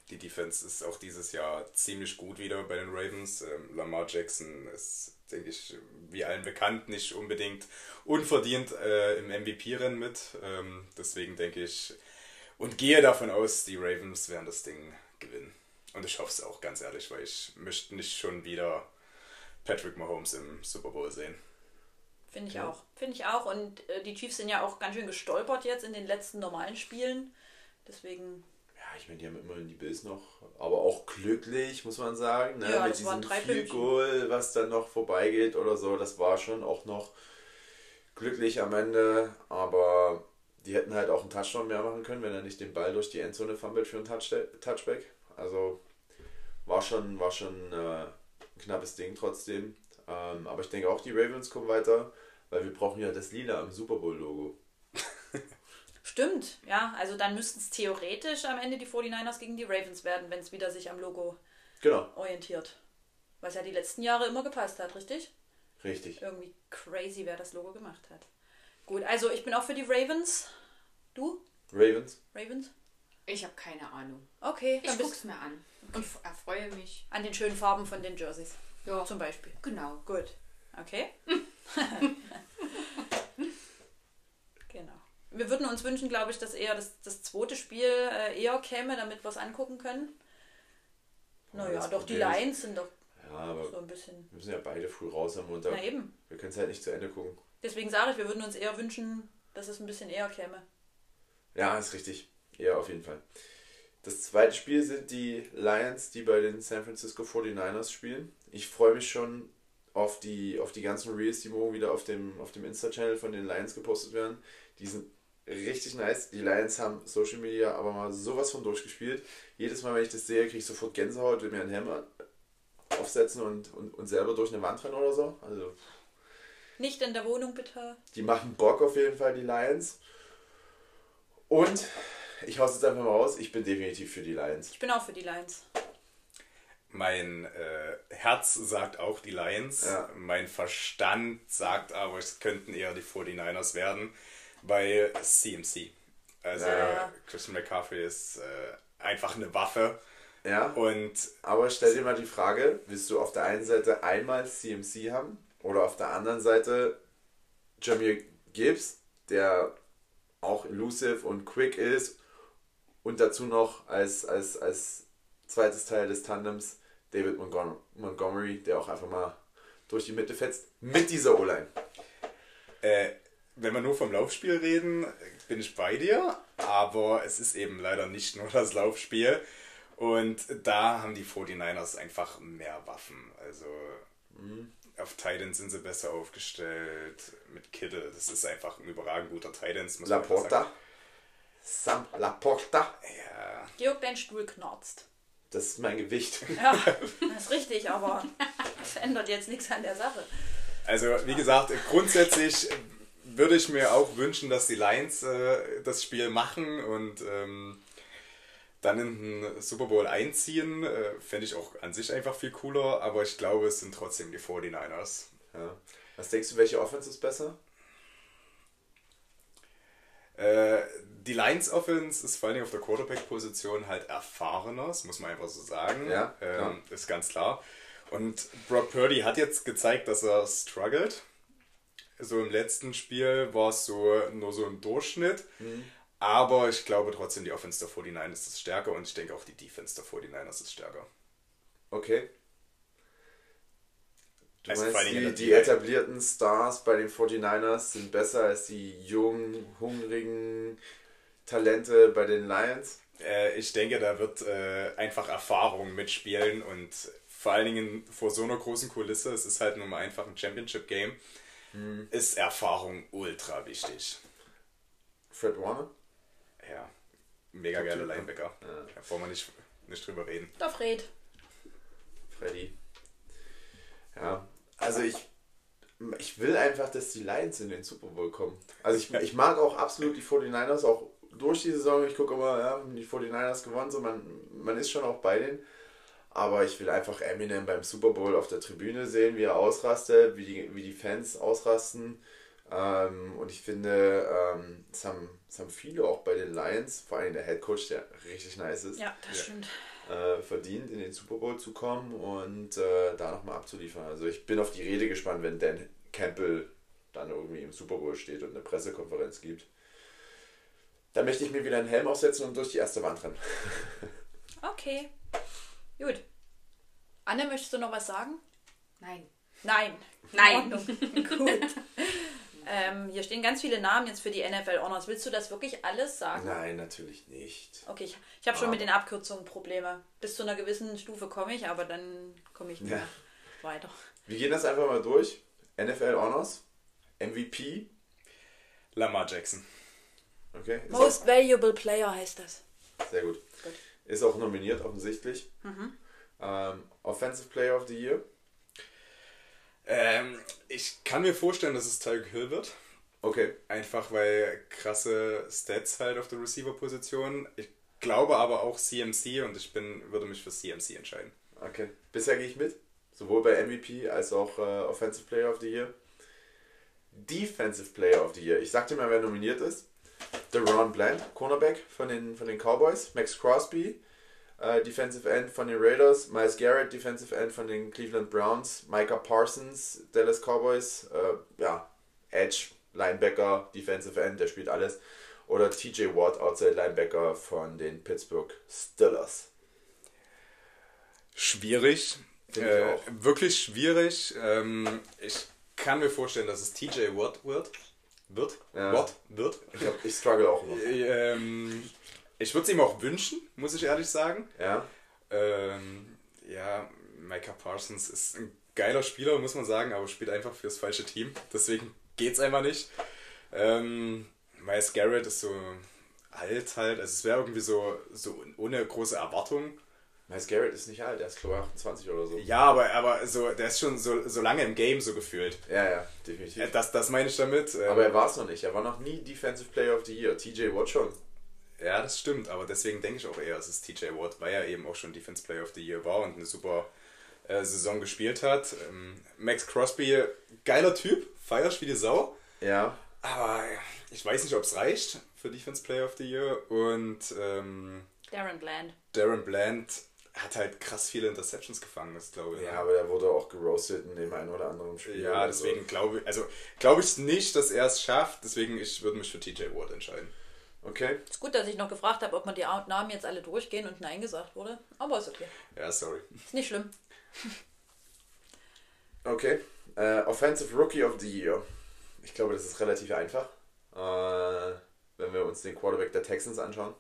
die Defense ist auch dieses Jahr ziemlich gut wieder bei den Ravens. Ähm, Lamar Jackson ist, denke ich, wie allen bekannt, nicht unbedingt unverdient äh, im M V P-Rennen mit. Ähm, deswegen denke ich und gehe davon aus, die Ravens werden das Ding gewinnen. Und ich hoffe es auch, ganz ehrlich, weil ich möchte nicht schon wieder Patrick Mahomes im Super Bowl sehen. Finde ich ja. auch. Finde ich auch. Und äh, die Chiefs sind ja auch ganz schön gestolpert jetzt in den letzten normalen Spielen. Deswegen... Ja, ich meine, die haben immerhin die Bills noch, aber auch glücklich, muss man sagen. Ne? Ja, Mit das waren diesem drei Field Goal, was dann noch vorbeigeht oder so, das war schon auch noch glücklich am Ende. Aber die hätten halt auch einen Touchdown mehr machen können, wenn er nicht den Ball durch die Endzone fummelt für einen Touch Touchback. Also war schon, war schon äh, ein knappes Ding trotzdem. Ähm, aber ich denke auch, die Ravens kommen weiter, weil wir brauchen ja das Lila am Super Bowl-Logo. Stimmt, ja. Also dann müssten es theoretisch am Ende die forty-niners gegen die Ravens werden, wenn es wieder sich am Logo genau. orientiert. Was ja die letzten Jahre immer gepasst hat, richtig? Richtig. Irgendwie crazy, wer das Logo gemacht hat. Gut, also ich bin auch für die Ravens. Du? Ravens? Ravens? Ich habe keine Ahnung. Okay, dann Ich bist guck's mir an und f- erfreue mich. an den schönen Farben von den Jerseys. Ja, Zum Beispiel. genau. Gut. Okay. Genau. Wir würden uns wünschen, glaube ich, dass eher das, das zweite Spiel äh, eher käme, damit wir es angucken können. Naja, das doch, die Problem ist- Lions sind doch Ja, aber so ein bisschen... wir müssen ja beide früh raus am Montag. Na eben. Wir können es halt nicht zu Ende gucken. Deswegen sage ich, wir würden uns eher wünschen, dass es ein bisschen eher käme. Ja, ist richtig. Ja, auf jeden Fall. Das zweite Spiel sind die Lions, die bei den San Francisco forty-niners spielen. Ich freue mich schon auf die, auf die ganzen Reels, die morgen wieder auf dem, auf dem Insta-Channel von den Lions gepostet werden. Die sind richtig nice. Die Lions haben Social Media aber mal sowas von durchgespielt. Jedes Mal, wenn ich das sehe, kriege ich sofort Gänsehaut, will mir einen Helm aufsetzen und, und, und selber durch eine Wand rennen oder so. Also, Nicht in der Wohnung, bitte. die machen Bock auf jeden Fall, die Lions. Und ich hau's jetzt einfach mal raus, ich bin definitiv für die Lions. Ich bin auch für die Lions. Mein äh, Herz sagt auch die Lions. Ja. Mein Verstand sagt aber, es könnten eher die forty-niners werden, weil C M C. Also Ja. Christian McCaffrey ist äh, einfach eine Waffe. Ja, Und aber stell dir mal die Frage, willst du auf der einen Seite einmal C M C haben oder auf der anderen Seite Jahmyr Gibbs, der auch elusive und quick ist und dazu noch als, als, als zweites Teil des Tandems David Montgom- Montgomery, der auch einfach mal durch die Mitte fetzt, mit dieser O-Line. äh, wenn wir nur vom Laufspiel reden, bin ich bei dir, aber es ist eben leider nicht nur das Laufspiel. Und da haben die forty-niners einfach mehr Waffen. Also mhm. auf Titans sind sie besser aufgestellt. Mit Kittle, das ist einfach ein überragend guter Titans. Muss man einfach sagen. Laporta. Sam Laporta. Ja, Georg, dein Stuhl knarzt. Das ist mein Gewicht. Ja, das ist richtig, aber das ändert jetzt nichts an der Sache. also wie gesagt, grundsätzlich würde ich mir auch wünschen, dass die Lions äh, das Spiel machen und ähm, dann in den Super Bowl einziehen. Äh, fände ich auch an sich einfach viel cooler, aber ich glaube, es sind trotzdem die forty-niners. Ja. Was denkst du, welche Offense ist besser? Äh, die Lions Offense ist vor allem auf der Quarterback-Position halt erfahrener, das muss man einfach so sagen. Ja, klar. ähm, ist ganz klar. Und Brock Purdy hat jetzt gezeigt, dass er struggelt. So im letzten Spiel war es so nur so ein Durchschnitt. Mhm. Aber ich glaube trotzdem, die Offense der forty-niners ist stärker und ich denke auch die Defense der forty-niners ist stärker. Okay. Du Also meinst, vor allem in die, der die D L. etablierten Stars bei den forty-niners sind besser als die jungen, hungrigen Talente bei den Lions? Äh, ich denke, da wird äh, einfach Erfahrung mitspielen und vor allen Dingen vor so einer großen Kulisse, es ist halt nun mal einfach ein Championship-Game, Hm. ist Erfahrung ultra wichtig. Fred Warner? Ja, mega Top geile Typ, ne? Linebacker. Ja. Da brauchen wir nicht, nicht drüber reden. Der Fred. Freddy. Ja, also ich, ich will einfach, dass die Lions in den Super Bowl kommen. Also ich, ich mag auch absolut die forty-niners, auch durch die Saison. Ich gucke immer, ja, haben die forty-niners gewonnen, so man, man ist schon auch bei denen. Aber ich will einfach Eminem beim Super Bowl auf der Tribüne sehen, wie er ausrastet, wie die, wie die Fans ausrasten. Ähm, und ich finde, ähm, das, haben, das haben viele auch bei den Lions, vor allem der Head Coach, der richtig nice ist. Ja, das Ja. stimmt. äh, verdient, in den Super Bowl zu kommen und äh, da nochmal abzuliefern. Also ich bin auf die Rede gespannt, wenn Dan Campbell dann irgendwie im Super Bowl steht und eine Pressekonferenz gibt. Da möchte ich mir wieder einen Helm aufsetzen und durch die erste Wand rennen. Okay, gut. Anne, möchtest du noch was sagen? Nein. Nein. Nein. In Ordnung. Gut. Ähm, hier stehen ganz viele Namen jetzt für die N F L Honors. Willst du das wirklich alles sagen? Nein, natürlich nicht. Okay, ich, ich habe schon Aber- mit den Abkürzungen Probleme. Bis zu einer gewissen Stufe komme ich, aber dann komme ich nicht Ja. mehr weiter. Wir gehen das einfach mal durch. N F L Honors, M V P, Lamar Jackson. okay, ist Most Valuable Player heißt das. auch, sehr gut. Gut. Ist auch nominiert offensichtlich. Ähm, Offensive Player of the Year, Ähm, ich kann mir vorstellen, dass es Tyreek Hill wird. okay. Einfach weil krasse Stats halt auf der Receiver-Position. Ich glaube aber auch C M C und ich bin, würde mich für C M C entscheiden. Okay, bisher gehe ich mit. Sowohl bei M V P als auch äh, Offensive Player of the Year. Defensive Player of the Year. Ich sag dir mal, wer nominiert ist. Deron Bland, Cornerback von den, von den Cowboys. Max Crosby, äh, Defensive End von den Raiders. Myles Garrett, Defensive End von den Cleveland Browns. Micah Parsons, Dallas Cowboys. Äh, ja, Edge, Linebacker, Defensive End, der spielt alles. Oder T J Watt, Outside Linebacker von den Pittsburgh Steelers. Schwierig. Finde ich Äh, auch. wirklich schwierig. Ähm, ich kann mir vorstellen, dass es T J Watt wird. Wird? Ja. Watt wird. Ich, glaub, ich struggle auch noch. Ähm, ich würde es ihm auch wünschen, muss ich ehrlich sagen. Ja, Ähm, ja, Micah Parsons ist ein geiler Spieler, muss man sagen, aber spielt einfach fürs falsche Team. Deswegen geht's einfach nicht. Ähm, Myles Garrett ist so alt halt, also es wäre irgendwie so, so ohne große Erwartung. Myles Garrett ist nicht alt, er ist glaube ich achtundzwanzig oder so. Ja, aber, aber so, der ist schon so, so lange im Game so gefühlt. Ja, ja, definitiv. Äh, Das, das meine ich damit. Ähm, Aber er war es noch nicht. Er war noch nie Defensive Player of the Year. T J Watt schon. Ja, das stimmt, aber deswegen denke ich auch eher, es ist T J Watt, weil er eben auch schon Defense Player of the Year war und eine super äh, Saison gespielt hat. Ähm, Max Crosby, geiler Typ, feierst wie die Sau, Ja. aber ich weiß nicht, ob es reicht für Defense Player of the Year. Und ähm, Darren Bland. Darren Bland hat halt krass viele Interceptions gefangen, das glaube ich. Ja, aber der wurde auch geroastet in dem einen oder anderen Spiel. Ja, Also, deswegen glaube ich, also glaube ich nicht, dass er es schafft, deswegen ich würde mich für T J Watt entscheiden. Okay. Ist gut, dass ich noch gefragt habe, ob man die Namen jetzt alle durchgehen und Nein gesagt wurde. Aber ist okay. Ja, sorry. Ist nicht schlimm. Okay. Äh, Offensive Rookie of the Year. Ich glaube, das ist relativ einfach. Äh, wenn wir uns den Quarterback der Texans anschauen.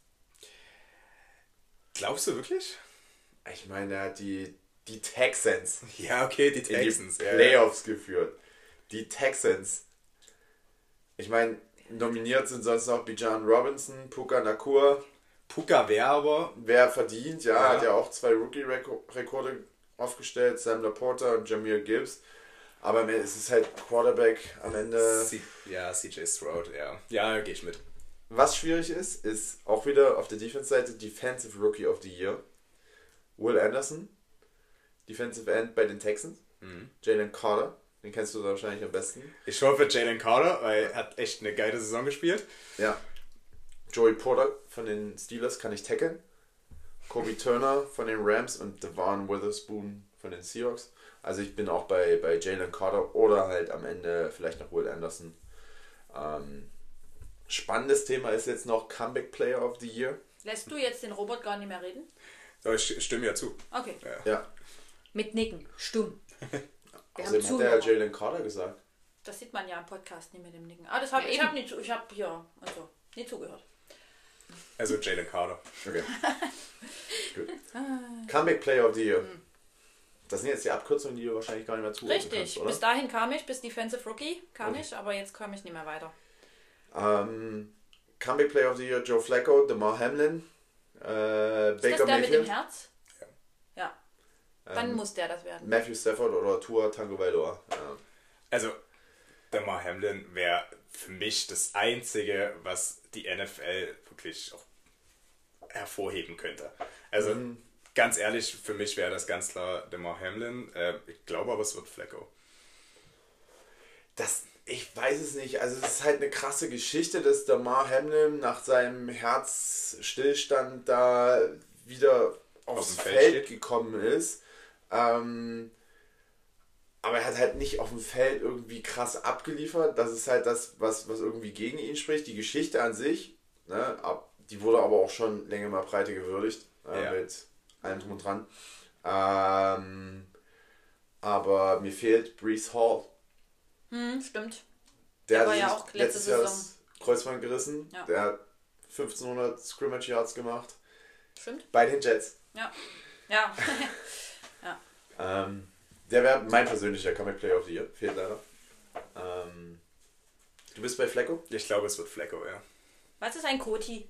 Glaubst du wirklich? Ich meine, er hat die, die Texans Ja, okay, die in die Texans. Ja, ja. Playoffs geführt. Die Texans. Ich meine, nominiert sind sonst noch Bijan Robinson, Puka Nakur. Puka wäre aber. Wer verdient, ja, Ja. hat ja auch zwei Rookie-Rekorde aufgestellt, Sam Laporta und Jameer Gibbs. Aber am Ende ist es halt Quarterback am Ende. C ja, C J Stroud, ja. Ja, gehe ich mit. Was schwierig ist, ist auch wieder auf der Defense-Seite Defensive Rookie of the Year. Will Anderson, Defensive End bei den Texans. Mhm. Jalen Carter, den kennst du wahrscheinlich am besten. Ich hoffe Jalen Carter, weil er hat echt eine geile Saison gespielt. Ja. Joey Porter von den Steelers kann ich tackeln. Kobe Turner von den Rams und Devon Witherspoon von den Seahawks. Also ich bin auch bei, bei Jalen Carter oder halt am Ende vielleicht noch Will Anderson. Ähm, spannendes Thema ist jetzt noch Comeback Player of the Year. Lässt du jetzt den Robot gar nicht mehr reden? Aber ich stimme ja zu. Okay. Ja. Mit Nicken. Stumm. Wir haben Außerdem hat Zuhörer. der Jalen Carter gesagt. Das sieht man ja im Podcast nicht mit dem Nicken. Ah, das hab, Ja, ich eben. habe nicht, zu- ich habe hier und so nie zugehört. Also Jalen Carter. Okay. Gut. Comeback Player of the Year. Das sind jetzt die Abkürzungen, die du wahrscheinlich gar nicht mehr zuordnen Richtig. kannst, oder? Bis dahin kam ich, bis Defensive Rookie kam Okay. ich, aber jetzt komme ich nicht mehr weiter. Ähm, Comeback Player of the Year, Joe Flacco, DeMar Hamlin, äh, Ist Baker das der mit dem Mayfield, Herz? Ja. Dann ähm, muss der das werden. Matthew Stafford oder Tua Tagovailoa. Ja. Also, Damar Hamlin wäre für mich das Einzige, was die N F L wirklich auch hervorheben könnte. Also, Mhm. ganz ehrlich, für mich wäre das ganz klar Damar Hamlin. Äh, ich glaube aber, es wird Flacco. Das, ich weiß es nicht. Also es ist halt eine krasse Geschichte, dass Damar Hamlin nach seinem Herzstillstand da wieder aufs auf dem Feld, Feld gekommen ist. Ähm, aber er hat halt nicht auf dem Feld irgendwie krass abgeliefert. Das ist halt das, was, was irgendwie gegen ihn spricht. Die Geschichte an sich, ne, die wurde aber auch schon länger mal breite gewürdigt. Äh, ja. Mit allem drum und dran. Ähm, aber mir fehlt Breece Hall. Hm, stimmt. Der, Der hat war sich ja auch letzte letztes Jahr Saison. das Kreuzband gerissen. Ja. Der hat fünfzehnhundert Scrimmage Yards gemacht. Stimmt. Bei den Jets. Ja. Ja. Ähm, der wäre mein persönlicher Comic Player of the Year. Fehlt leider. Ähm, du bist bei Flecko? Ich glaube, es wird Flacco, ja. Was ist ein Koti?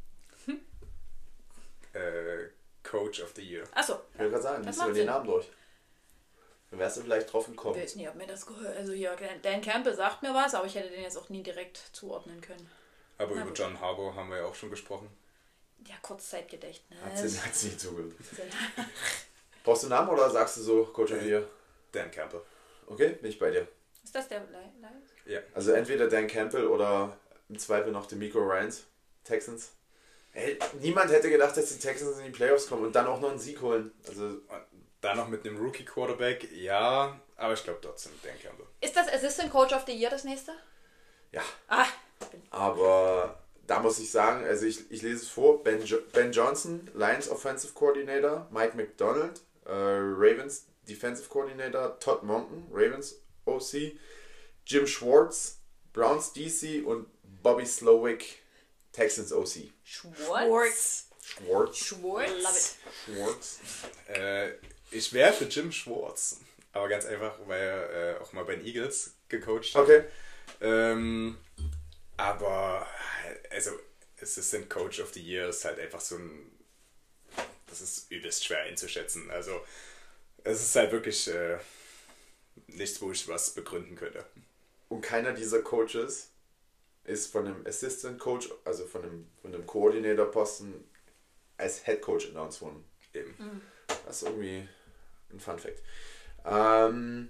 Äh, Coach of the Year. Achso. Ich will gerade sagen, Das liest macht über den Sinn. Namen durch. Dann wärst du vielleicht drauf Ich gekommen. weiß nicht, ob mir das gehört. Also hier, Dan Campbell sagt mir was, aber ich hätte den jetzt auch nie direkt zuordnen können. Aber Na über gut. John Harbaugh haben wir ja auch schon gesprochen. Ja, Kurzzeitgedächtnis. Hat sie, hat sie nicht zugehört. Brauchst du einen Namen oder sagst du so, Coach of the Year? Dan Campbell. Okay, bin ich bei dir. Ist das der Lions? Ja. Also entweder Dan Campbell oder im Zweifel noch DeMeco Ryans, Texans. Ey, niemand hätte gedacht, dass die Texans in die Playoffs kommen und dann auch noch einen Sieg holen. Also Und dann noch mit einem Rookie-Quarterback, ja, aber ich glaube trotzdem Dan Campbell. Ist das Assistant Coach of the Year das nächste? ja, Ah, aber da muss ich sagen, also ich, ich lese es vor, Ben, jo Ben Johnson, Lions Offensive Coordinator, Mike McDonald, äh, Ravens Defensive Coordinator, Todd Monken, Ravens O C, Jim Schwartz, Browns D C und Bobby Slowick, Texans O C. Schwartz. Schwartz. Schwartz. Love it. Schwartz. Äh, ich wäre für Jim Schwartz, aber ganz einfach, weil er äh, auch mal bei den Eagles gecoacht hat. Okay. Ähm, aber, also, Assistant Coach of the Year ist halt einfach so ein, das ist übelst schwer einzuschätzen. Also, es ist halt wirklich äh, nichts, wo ich was begründen könnte. Und keiner dieser Coaches ist von einem Assistant Coach, also von einem, von einem Coordinator-Posten als Head Coach announced worden. Eben. Das ist irgendwie ein Fun Fact. Ähm,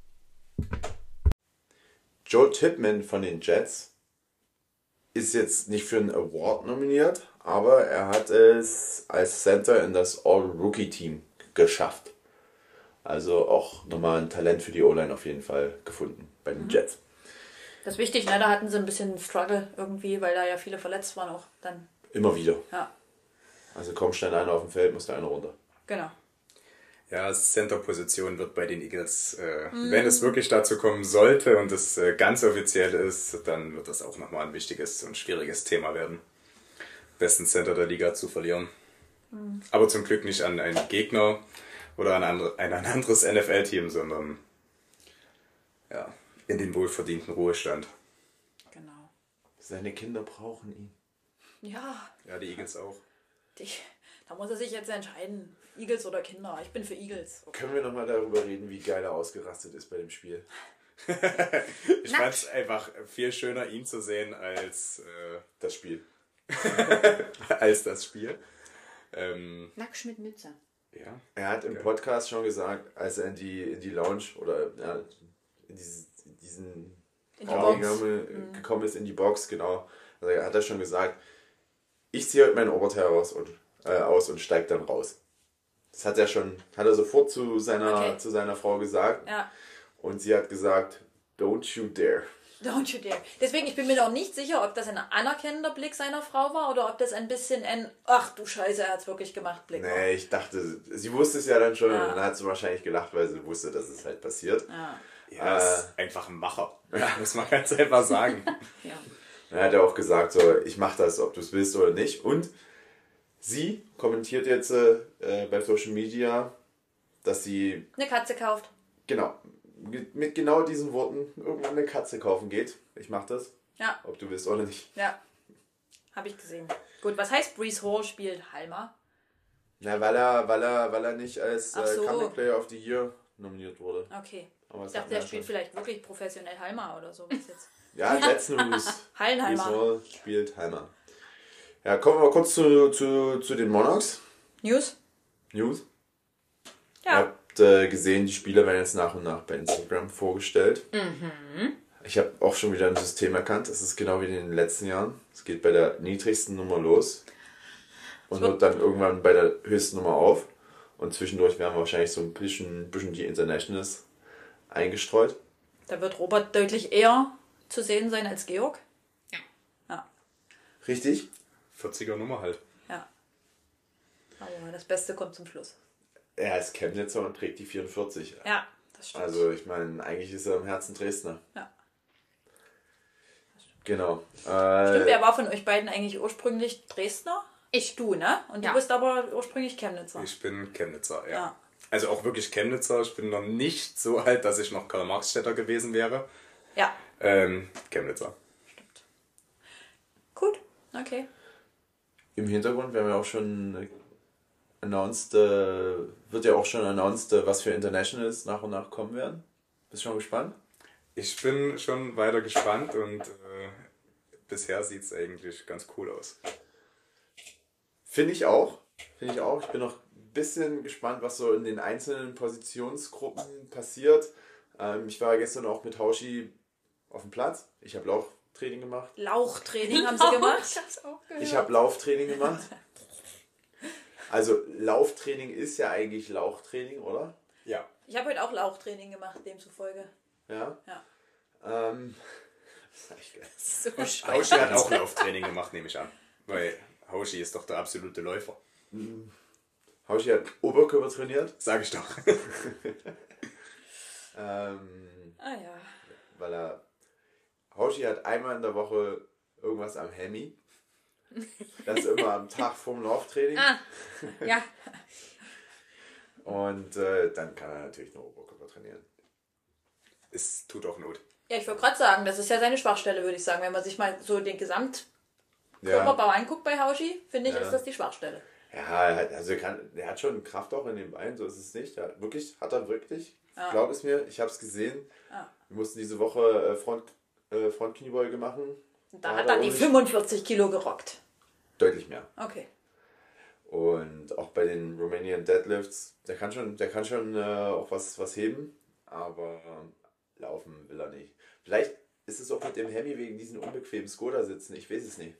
Joe Tippmann von den Jets ist jetzt nicht für einen Award nominiert, aber er hat es als Center in das All-Rookie-Team geschafft. Also auch nochmal ein Talent für die O-Line auf jeden Fall gefunden bei den Jets. Das ist wichtig, ne? Da hatten sie ein bisschen Struggle irgendwie, weil da ja viele verletzt waren auch dann. Immer wieder. Ja, Also kaum stand einer auf dem Feld, musste einer runter. genau. Ja, Center-Position wird bei den Eagles, äh, mm. wenn es wirklich dazu kommen sollte und es äh, ganz offiziell ist, dann wird das auch nochmal ein wichtiges und schwieriges Thema werden, besten Center der Liga zu verlieren. Mm. Aber zum Glück nicht an einen Gegner oder an, andre, an ein anderes N F L-Team, sondern ja, in den wohlverdienten Ruhestand. Genau. Seine Kinder brauchen ihn. Ja, Ja, die Eagles auch. die, da muss er sich jetzt entscheiden. Eagles oder Kinder. Ich bin für Eagles. Können wir nochmal darüber reden, wie geil er ausgerastet ist bei dem Spiel? Ich fand es einfach viel schöner, ihn zu sehen, als, äh, Das Spiel. als das Spiel. Ähm, Nackt mit Mütze. ja. Er hat im Okay. Podcast schon gesagt, als er in die, in die Lounge oder ja, in, dieses, in diesen In die Raum Box. gegangen, gekommen ist, in die Box, genau. Also er hat er schon gesagt, ich ziehe heute mein Oberteil raus und, äh, aus und steige dann raus. Das hat er schon, hat er sofort zu seiner, Okay. zu seiner Frau gesagt. Ja. Und sie hat gesagt, don't you dare. Don't you dare. Deswegen, ich bin mir noch nicht sicher, ob das ein anerkennender Blick seiner Frau war oder ob das ein bisschen ein, ach du Scheiße, er hat es wirklich gemacht, Blick war. Nee, ich dachte, sie wusste es ja dann schon Ja. und dann hat sie wahrscheinlich gelacht, weil sie wusste, dass es halt passiert. Ja. Ja, ist einfach ein Macher. Muss man ganz einfach sagen. Ja. Dann hat er auch gesagt, so, ich mache das, ob du es willst oder nicht. Und sie kommentiert jetzt äh, bei Social Media, dass sie, Eine Katze kauft. genau, mit, mit genau diesen Worten irgendwann eine Katze kaufen geht. Ich mache das, Ja, ob du willst oder nicht. ja. Habe ich gesehen. Gut, was heißt Breece Hall spielt Halmer? Na, weil er, weil er, weil er nicht als Ach äh, so. Comic Player of the Year nominiert wurde. Okay. Aber das Ich dachte, hatten wir der ja spielt schon. vielleicht wirklich professionell Halmer oder sowas jetzt. Ja, Let's News. Hallenhalmer. Hall spielt Halmer. Ja, kommen wir kurz zu, zu, zu den Monarchs. News? News. Ihr Ja. habt äh, gesehen, die Spieler werden jetzt nach und nach bei Instagram vorgestellt. Mhm. Ich habe auch schon wieder ein System erkannt. Es ist genau wie in den letzten Jahren. Es geht bei der niedrigsten Nummer los. und hört dann irgendwann bei der höchsten Nummer auf. Und zwischendurch werden wahrscheinlich so ein bisschen, bisschen die Internationals eingestreut. Da wird Robert deutlich eher zu sehen sein als Georg. Ja. Ja. Richtig? vierziger Nummer halt. Ja. Aber das Beste kommt zum Schluss. Er ist Chemnitzer und trägt die vierundvierzig. Ja, das stimmt. Also ich meine, eigentlich ist er im Herzen Dresdner. Ja. Genau. Stimmt, Äh, wer war von euch beiden eigentlich ursprünglich Dresdner? Ich. Du, ne? Und Ja. du bist aber ursprünglich Chemnitzer. Ich bin Chemnitzer, ja. Ja. Also auch wirklich Chemnitzer. Ich bin noch nicht so alt, dass ich noch Karl-Marx-Städter gewesen wäre. Ja, Ähm, Chemnitzer. stimmt. Gut, okay. Im Hintergrund werden wir auch schon äh, announced, äh, wird ja auch schon announced, äh, was für Internationals nach und nach kommen werden. Bist du schon gespannt? Ich bin schon weiter gespannt und äh, bisher sieht es eigentlich ganz cool aus. Finde ich auch. Finde ich auch. Ich bin noch ein bisschen gespannt, was so in den einzelnen Positionsgruppen passiert. Ähm, ich war gestern auch mit Hauschi auf dem Platz. Ich habe Lauftraining gemacht. Lauchtraining haben sie gemacht. Ich hab's auch gehört. Ich habe Lauftraining gemacht. Also Lauftraining ist ja eigentlich Lauchtraining, oder? Ja. Ich habe heute auch Lauchtraining gemacht, demzufolge. Ja. Ja. Ähm, das ist echt geil. So Hauschi hat auch Lauftraining gemacht, nehme ich an. Weil Hauschi ist doch der absolute Läufer. Hauschi hat Oberkörper trainiert, Sag ich doch. ähm, Ah ja. weil er Hauschi hat einmal in der Woche irgendwas am Hemi. Das ist immer am Tag vorm Lauftraining. Ah, ja. Und äh, dann kann er natürlich nur Oberkörper trainieren. Es tut auch Not. Ja, ich wollte gerade sagen, das ist ja seine Schwachstelle, würde ich sagen. Wenn man sich mal so den Gesamtkörperbau Ja, anguckt bei Hauschi, finde ich, Ja. ist das die Schwachstelle. ja er hat- also er, kann, er hat schon Kraft auch in den Beinen, so ist es nicht. Er hat wirklich, hat er wirklich. Ja. Glaub es mir, ich habe es gesehen. Ja. Wir mussten diese Woche äh, Front, äh, Frontkniebeuge machen. Und da Da hat hat er er die ordentlich- fünfundvierzig Kilo gerockt. Deutlich mehr. Okay. Und auch bei den Romanian Deadlifts, der kann schon, der kann schon äh, auch was, was heben, aber laufen will er nicht. Vielleicht ist es auch mit dem Hemi wegen diesen unbequemen Skoda sitzen, ich weiß es nicht.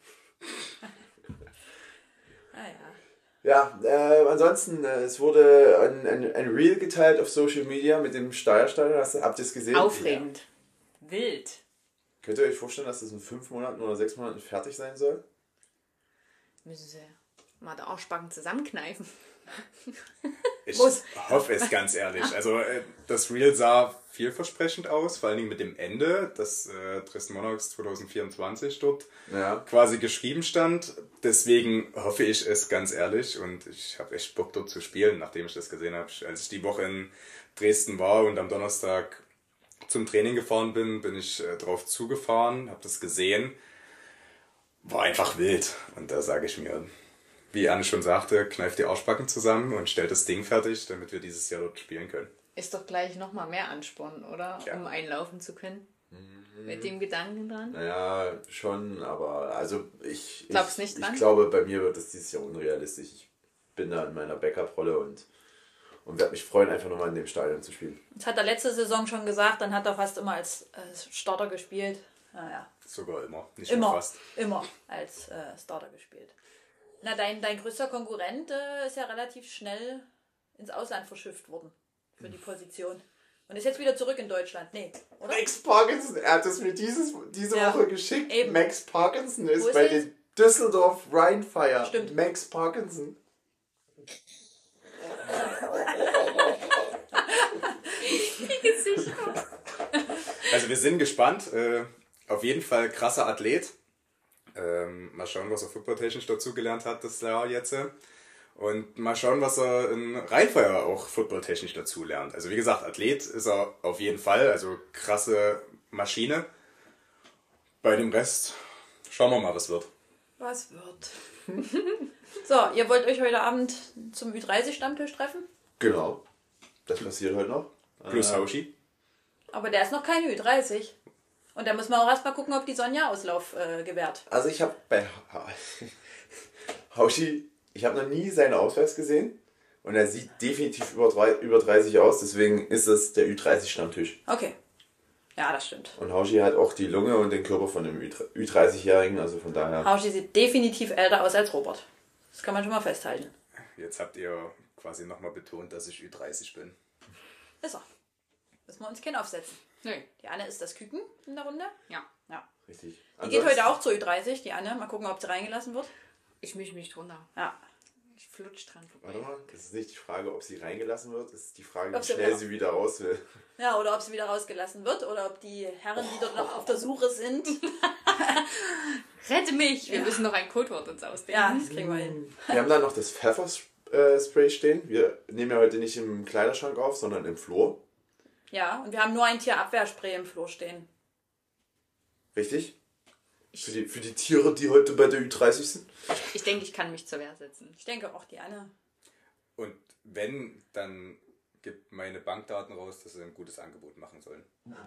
Ah ja. Ja, äh, ansonsten, äh, es wurde ein, ein, ein Reel geteilt auf Social Media mit dem Steuersteiner, hast du, habt ihr es gesehen? Aufregend. Wild. Könnt ihr euch vorstellen, dass das in fünf Monaten oder sechs Monaten fertig sein soll? Müssen sie mal die Arschbacken zusammenkneifen. Ich Muss. hoffe es ganz ehrlich. Also äh, das Reel sah vielversprechend aus, vor allen Dingen mit dem Ende, das äh, Dresden Monarchs zwanzig vierundzwanzig dort Ja. quasi geschrieben stand. Deswegen hoffe ich es ganz ehrlich und ich habe echt Bock dort zu spielen, nachdem ich das gesehen habe. Als ich die Woche in Dresden war und am Donnerstag zum Training gefahren bin, bin ich äh, drauf zugefahren, habe das gesehen. War einfach wild. Und da sage ich mir, wie Anne schon sagte, kneift die Arschbacken zusammen und stellt das Ding fertig, damit wir dieses Jahr dort spielen können. Ist doch gleich nochmal mehr Ansporn, oder? Ja. Um einlaufen zu können. Mit dem Gedanken dran. Naja, schon, aber also ich, Glaubst ich, nicht ich dran? glaube, bei mir wird es dieses Jahr unrealistisch. Ich bin da in meiner Backup-Rolle und, und werde mich freuen, einfach nochmal in dem Stadion zu spielen. Das hat er letzte Saison schon gesagt, dann hat er fast immer als äh, Starter gespielt. Naja, Sogar immer, nicht nur immer, fast. immer als äh, Starter gespielt. Na, dein, dein größter Konkurrent äh, ist ja relativ schnell ins Ausland verschifft worden für die Position. Und ist jetzt wieder zurück in Deutschland. Nee, oder? Max Parkinson, er hat es mir dieses, diese Ja, Woche geschickt. eben. Max Parkinson ist, Wo ist bei er jetzt? den Düsseldorf Rheinfire. Stimmt. Max Parkinson. Also wir sind gespannt. Äh, auf jeden Fall krasser Athlet. Ähm, mal schauen, was er footballtechnisch dazugelernt hat das Jahr jetzt. Und mal schauen, was er in Rheinfire auch footballtechnisch dazu lernt. Also wie gesagt, Athlet ist er auf jeden Fall. Also krasse Maschine. Bei dem Rest schauen wir mal, was wird. Was wird? So, ihr wollt euch heute Abend zum Ü dreißig Stammtisch treffen? Genau. Das passiert heute noch. Plus Äh, Hauschi. Aber der ist noch kein Ü dreißig. Und da muss man auch erstmal gucken, ob die Sonja Auslauf äh, gewährt. Also ich habe bei Ha- Hauschi, ich habe noch nie seinen Ausweis gesehen. Und er sieht definitiv über, drei, über dreißig aus, deswegen ist es der Ü dreißig Stammtisch. Okay. Ja, das stimmt. Und Hauschi hat auch die Lunge und den Körper von einem Ü dreißig-Jährigen, also von daher. Hauschi sieht definitiv älter aus als Robert. Das kann man schon mal festhalten. Jetzt habt ihr quasi nochmal betont, dass ich Ü dreißig bin. Ist er. Müssen wir uns keinen aufsetzen. Nee. Die Anne ist das Küken in der Runde. Ja. Ja. Richtig. Die geht heute auch zur Ü dreißig, die Anne. Mal gucken, ob sie reingelassen wird. Ich mische mich drunter. Ja. Ich flutsch dran vorbei. Warte mal, das ist nicht die Frage, ob sie reingelassen wird, das ist die Frage, Ob wie sie schnell wieder- sie wieder raus will. Ja, oder ob sie wieder rausgelassen wird oder ob die Herren, die dort noch auf der Suche sind. Rette mich! Wir Ja. müssen noch ein Codewort uns ausdenken. Ja, das kriegen wir hin. Wir haben da noch das Pfefferspray stehen. Wir nehmen ja heute nicht im Kleiderschrank auf, sondern im Flur. Ja, und wir haben nur ein Tierabwehrspray im Flur stehen. Richtig? Für die, für die Tiere, die heute bei der Ü dreißig sind. Ich denke, ich kann mich zur Wehr setzen. Ich denke auch die Anne. Und wenn, dann gibt meine Bankdaten raus, dass sie ein gutes Angebot machen sollen.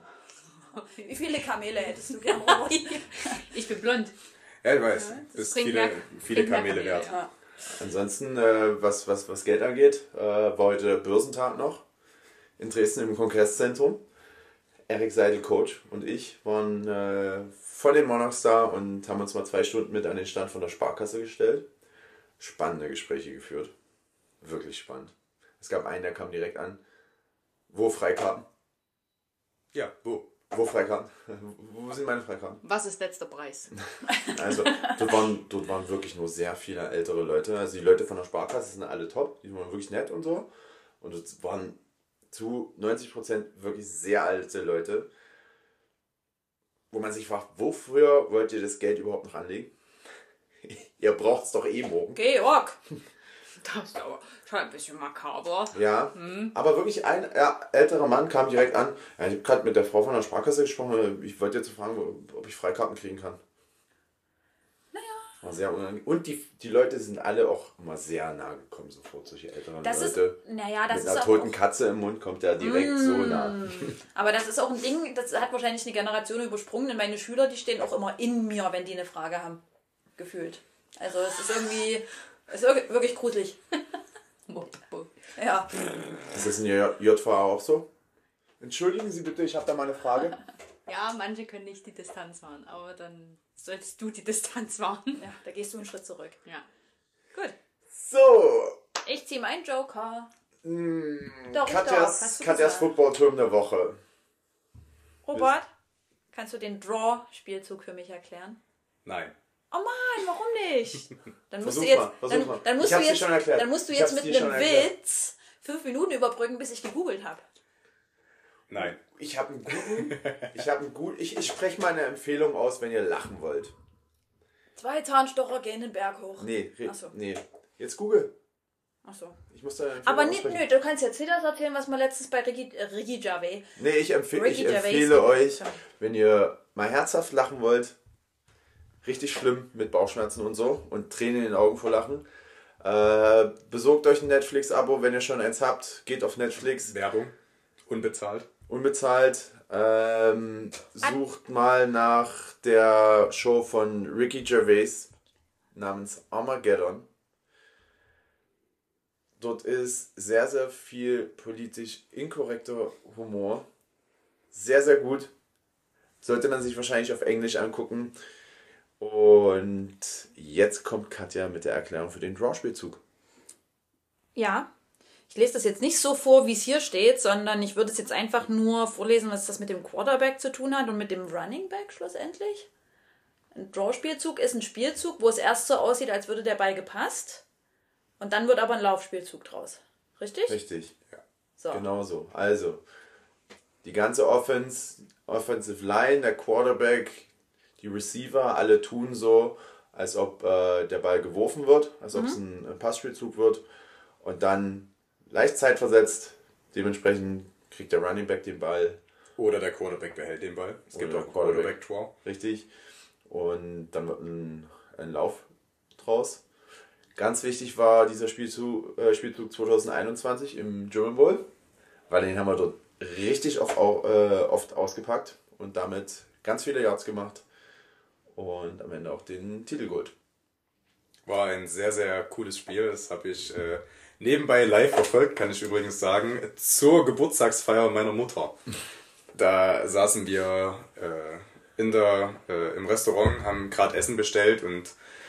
Wie viele Kamele hättest du gern, Robert? Ich bin blond. Ja, ich weiß. Das ist bringt viele, mehr- viele bringt mehr Kamele Kamele, wert. ja. Ja. Ansonsten, äh, was, was, was Geld angeht, äh, war heute der Börsentag noch in Dresden im Kongresszentrum. Erik Seidel, Coach, und ich waren äh, von den Monarchs da und haben uns mal zwei Stunden mit an den Stand von der Sparkasse gestellt. Spannende Gespräche geführt. Wirklich spannend. Es gab einen, der kam direkt an. Wo Freikarten? Ja, wo? Wo Freikarten? Wo sind meine Freikarten? Was ist letzter Preis? Also, dort waren, dort waren wirklich nur sehr viele ältere Leute. Also, die Leute von der Sparkasse sind alle top. Die waren wirklich nett und so. Und es waren zu neunzig Prozent wirklich sehr alte Leute, wo man sich fragt, wofür wollt ihr das Geld überhaupt noch anlegen? Ihr braucht es doch eh morgen. Georg! Das ist aber schon ein bisschen makaber. Ja, aber wirklich ein ja, älterer Mann kam direkt an. Ja, ich habe gerade mit der Frau von der Sparkasse gesprochen. Ich wollte jetzt fragen, ob ich Freikarten kriegen kann. Naja. War sehr unangenehm. Und die, die Leute sind alle auch immer sehr nah gekommen, sofort solche älteren Das ist, Leute. naja, das Mit ist einer auch, toten Katze im Mund kommt der direkt so nah. aber das ist auch ein Ding, das hat wahrscheinlich eine Generation übersprungen, denn meine Schüler, die stehen auch immer in mir, wenn die eine Frage haben. Gefühlt. Also es ist irgendwie, es ist irg- wirklich gruselig. Ja. Ist das in der J V A auch so? Entschuldigen Sie bitte, ich habe da mal eine Frage. Ja, manche können nicht die Distanz wahren, aber dann solltest du die Distanz wahren. Ja, da gehst du einen Schritt zurück. Ja. Gut. So, Ich ziehe meinen Joker. mh, Doch, ich darf. Katjas, Hast du Katjas gesagt. Footballturm der Woche. Robert, kannst du den Draw-Spielzug für mich erklären? Nein. Oh Mann, warum nicht? Dann musst Versuch du jetzt, mal, versuch dann, mal. dann musst Ich du hab's dir jetzt, schon erklärt. dann musst du Ich jetzt hab's mit dir einem schon erklärt. Witz fünf Minuten überbrücken, bis ich gegoogelt habe. Nein. Ich habe einen guten, ich habe einen guten, ich, ich spreche mal eine Empfehlung aus, wenn ihr lachen wollt. Zwei Zahnstocher gehen den Berg hoch. Nee, re- Ach so. nee. Jetzt Google. Ach so. Ich muss da eine Empfehlung Aber nicht, aussprechen. nö, du kannst jetzt nicht das erzählen, was wir letztens bei Ricky, äh, Ricky Gervais. Nee, ich, empfehle, ich Ricky Gervais empfehle gemacht euch, haben. wenn ihr mal herzhaft lachen wollt, richtig schlimm mit Bauchschmerzen und so und Tränen in den Augen vor Lachen, äh, besorgt euch ein Netflix-Abo, wenn ihr schon eins habt, geht auf Netflix, Werbung. Unbezahlt. unbezahlt, ähm, sucht mal nach der Show von Ricky Gervais namens Armageddon. Dort ist sehr, sehr viel politisch inkorrekter Humor. Sehr, sehr gut. Sollte man sich wahrscheinlich auf Englisch angucken. Und jetzt kommt Katja mit der Erklärung für den Draw-Spielzug. Ja. Ich lese das jetzt nicht so vor, wie es hier steht, sondern ich würde es jetzt einfach nur vorlesen, was das mit dem Quarterback zu tun hat und mit dem Running Back schlussendlich. Ein Draw-Spielzug ist ein Spielzug, wo es erst so aussieht, als würde der Ball gepasst. Und dann wird aber ein Laufspielzug draus. Richtig? Richtig, So. genau so. Also, die ganze Offense, Offensive Line, der Quarterback, die Receiver, alle tun so, als ob äh, der Ball geworfen wird, als ob es ein, ein Passspielzug wird. Und dann leicht zeitversetzt, dementsprechend kriegt der Running Back den Ball, Oder der Quarterback behält den Ball. Es gibt Oder auch der Quarterback. Quarterback-Draw. richtig. Und dann wird ein, ein Lauf draus. Ganz wichtig war dieser Spielzug, äh, Spielzug zwanzig einundzwanzig im German Bowl, weil den haben wir dort richtig oft, au- äh, oft ausgepackt und damit ganz viele Yards gemacht und am Ende auch den Titel geholt. War ein sehr, sehr cooles Spiel. Das habe ich äh, nebenbei live verfolgt, kann ich übrigens sagen, zur Geburtstagsfeier meiner Mutter. Da saßen wir äh, in der, äh, im Restaurant, haben gerade Essen bestellt und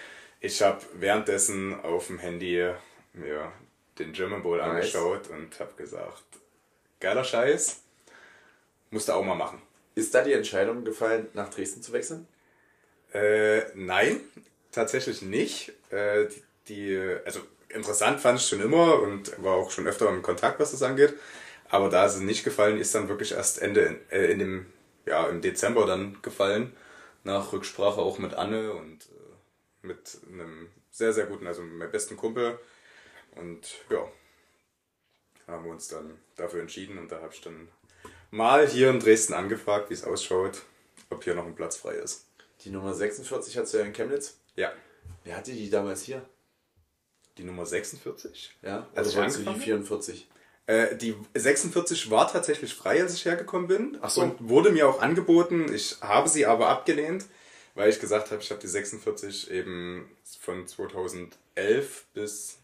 ich habe währenddessen auf dem Handy mir den German Bowl Nice. angeschaut und habe gesagt, geiler Scheiß, musst du auch mal machen. Ist da die Entscheidung gefallen, nach Dresden zu wechseln? Äh, nein, tatsächlich nicht. Äh, die, die, also interessant fand ich schon immer und war auch schon öfter im Kontakt, was das angeht. Aber da es nicht gefallen ist, dann wirklich erst Ende äh, in dem, ja, im Dezember dann gefallen. Nach Rücksprache auch mit Anne und äh, mit einem sehr, sehr guten, also meinem besten Kumpel. Und ja, haben wir uns dann dafür entschieden und da habe ich dann mal hier in Dresden angefragt, wie es ausschaut, ob hier noch ein Platz frei ist. Die Nummer sechsundvierzig hast du ja in Chemnitz. Ja. Wer hatte die damals hier? Die Nummer sechsundvierzig? Ja, Also also wolltest du die angefangen? vierundvierzig? Äh, die sechsundvierzig war tatsächlich frei, als ich hergekommen bin. Ach so. Und wurde mir auch angeboten. Ich habe sie aber abgelehnt, weil ich gesagt habe, ich habe die sechsundvierzig eben von zweitausendelf bis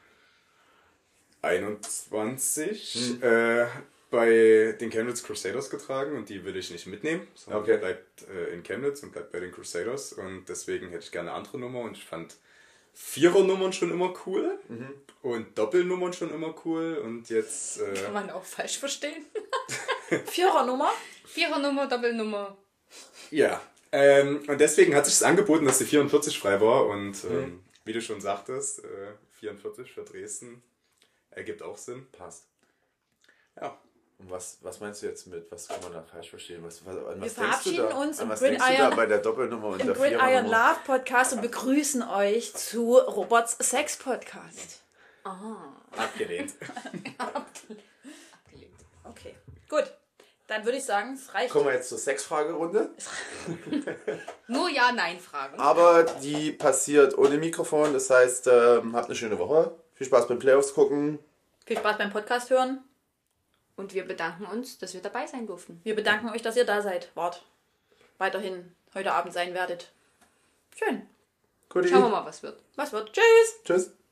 einundzwanzig Hm. äh, bei den Chemnitz Crusaders getragen und die will ich nicht mitnehmen, sondern Okay. die bleibt äh, in Chemnitz und bleibt bei den Crusaders und deswegen hätte ich gerne eine andere Nummer und ich fand Vierernummern schon immer cool Mhm. und Doppelnummern schon immer cool und jetzt äh, Kann man auch falsch verstehen. Vierernummer. Vierernummer, Doppelnummer. ja. Ähm, und deswegen hat sich das angeboten, dass die vierundvierzig frei war und ähm, Mhm. wie du schon sagtest, äh, vierundvierzig für Dresden ergibt auch Sinn. Passt. Ja. Und was, was meinst du jetzt mit, was kann man da falsch verstehen? Was, was, an Wir was denkst du verabschieden da? uns an im was denkst du da Gridiron- bei der Doppelnummer und Im der Gridiron Vierernummer? Love Podcast und begrüßen euch zu Roberts Sex Podcast. Abgelehnt. Okay, gut. Dann würde ich sagen, es reicht. Kommen wir jetzt zur Sexfragerunde. Nur Ja-Nein-Fragen. Aber die passiert ohne Mikrofon. Das heißt, ähm, habt eine schöne Woche. Viel Spaß beim Playoffs gucken. Viel Spaß beim Podcast hören. Und wir bedanken uns, dass wir dabei sein durften. Wir bedanken euch, dass ihr da seid. Wart. Weiterhin heute Abend sein werdet. Schön. Guti. Schauen wir mal, was wird. Was wird? Tschüss. Tschüss.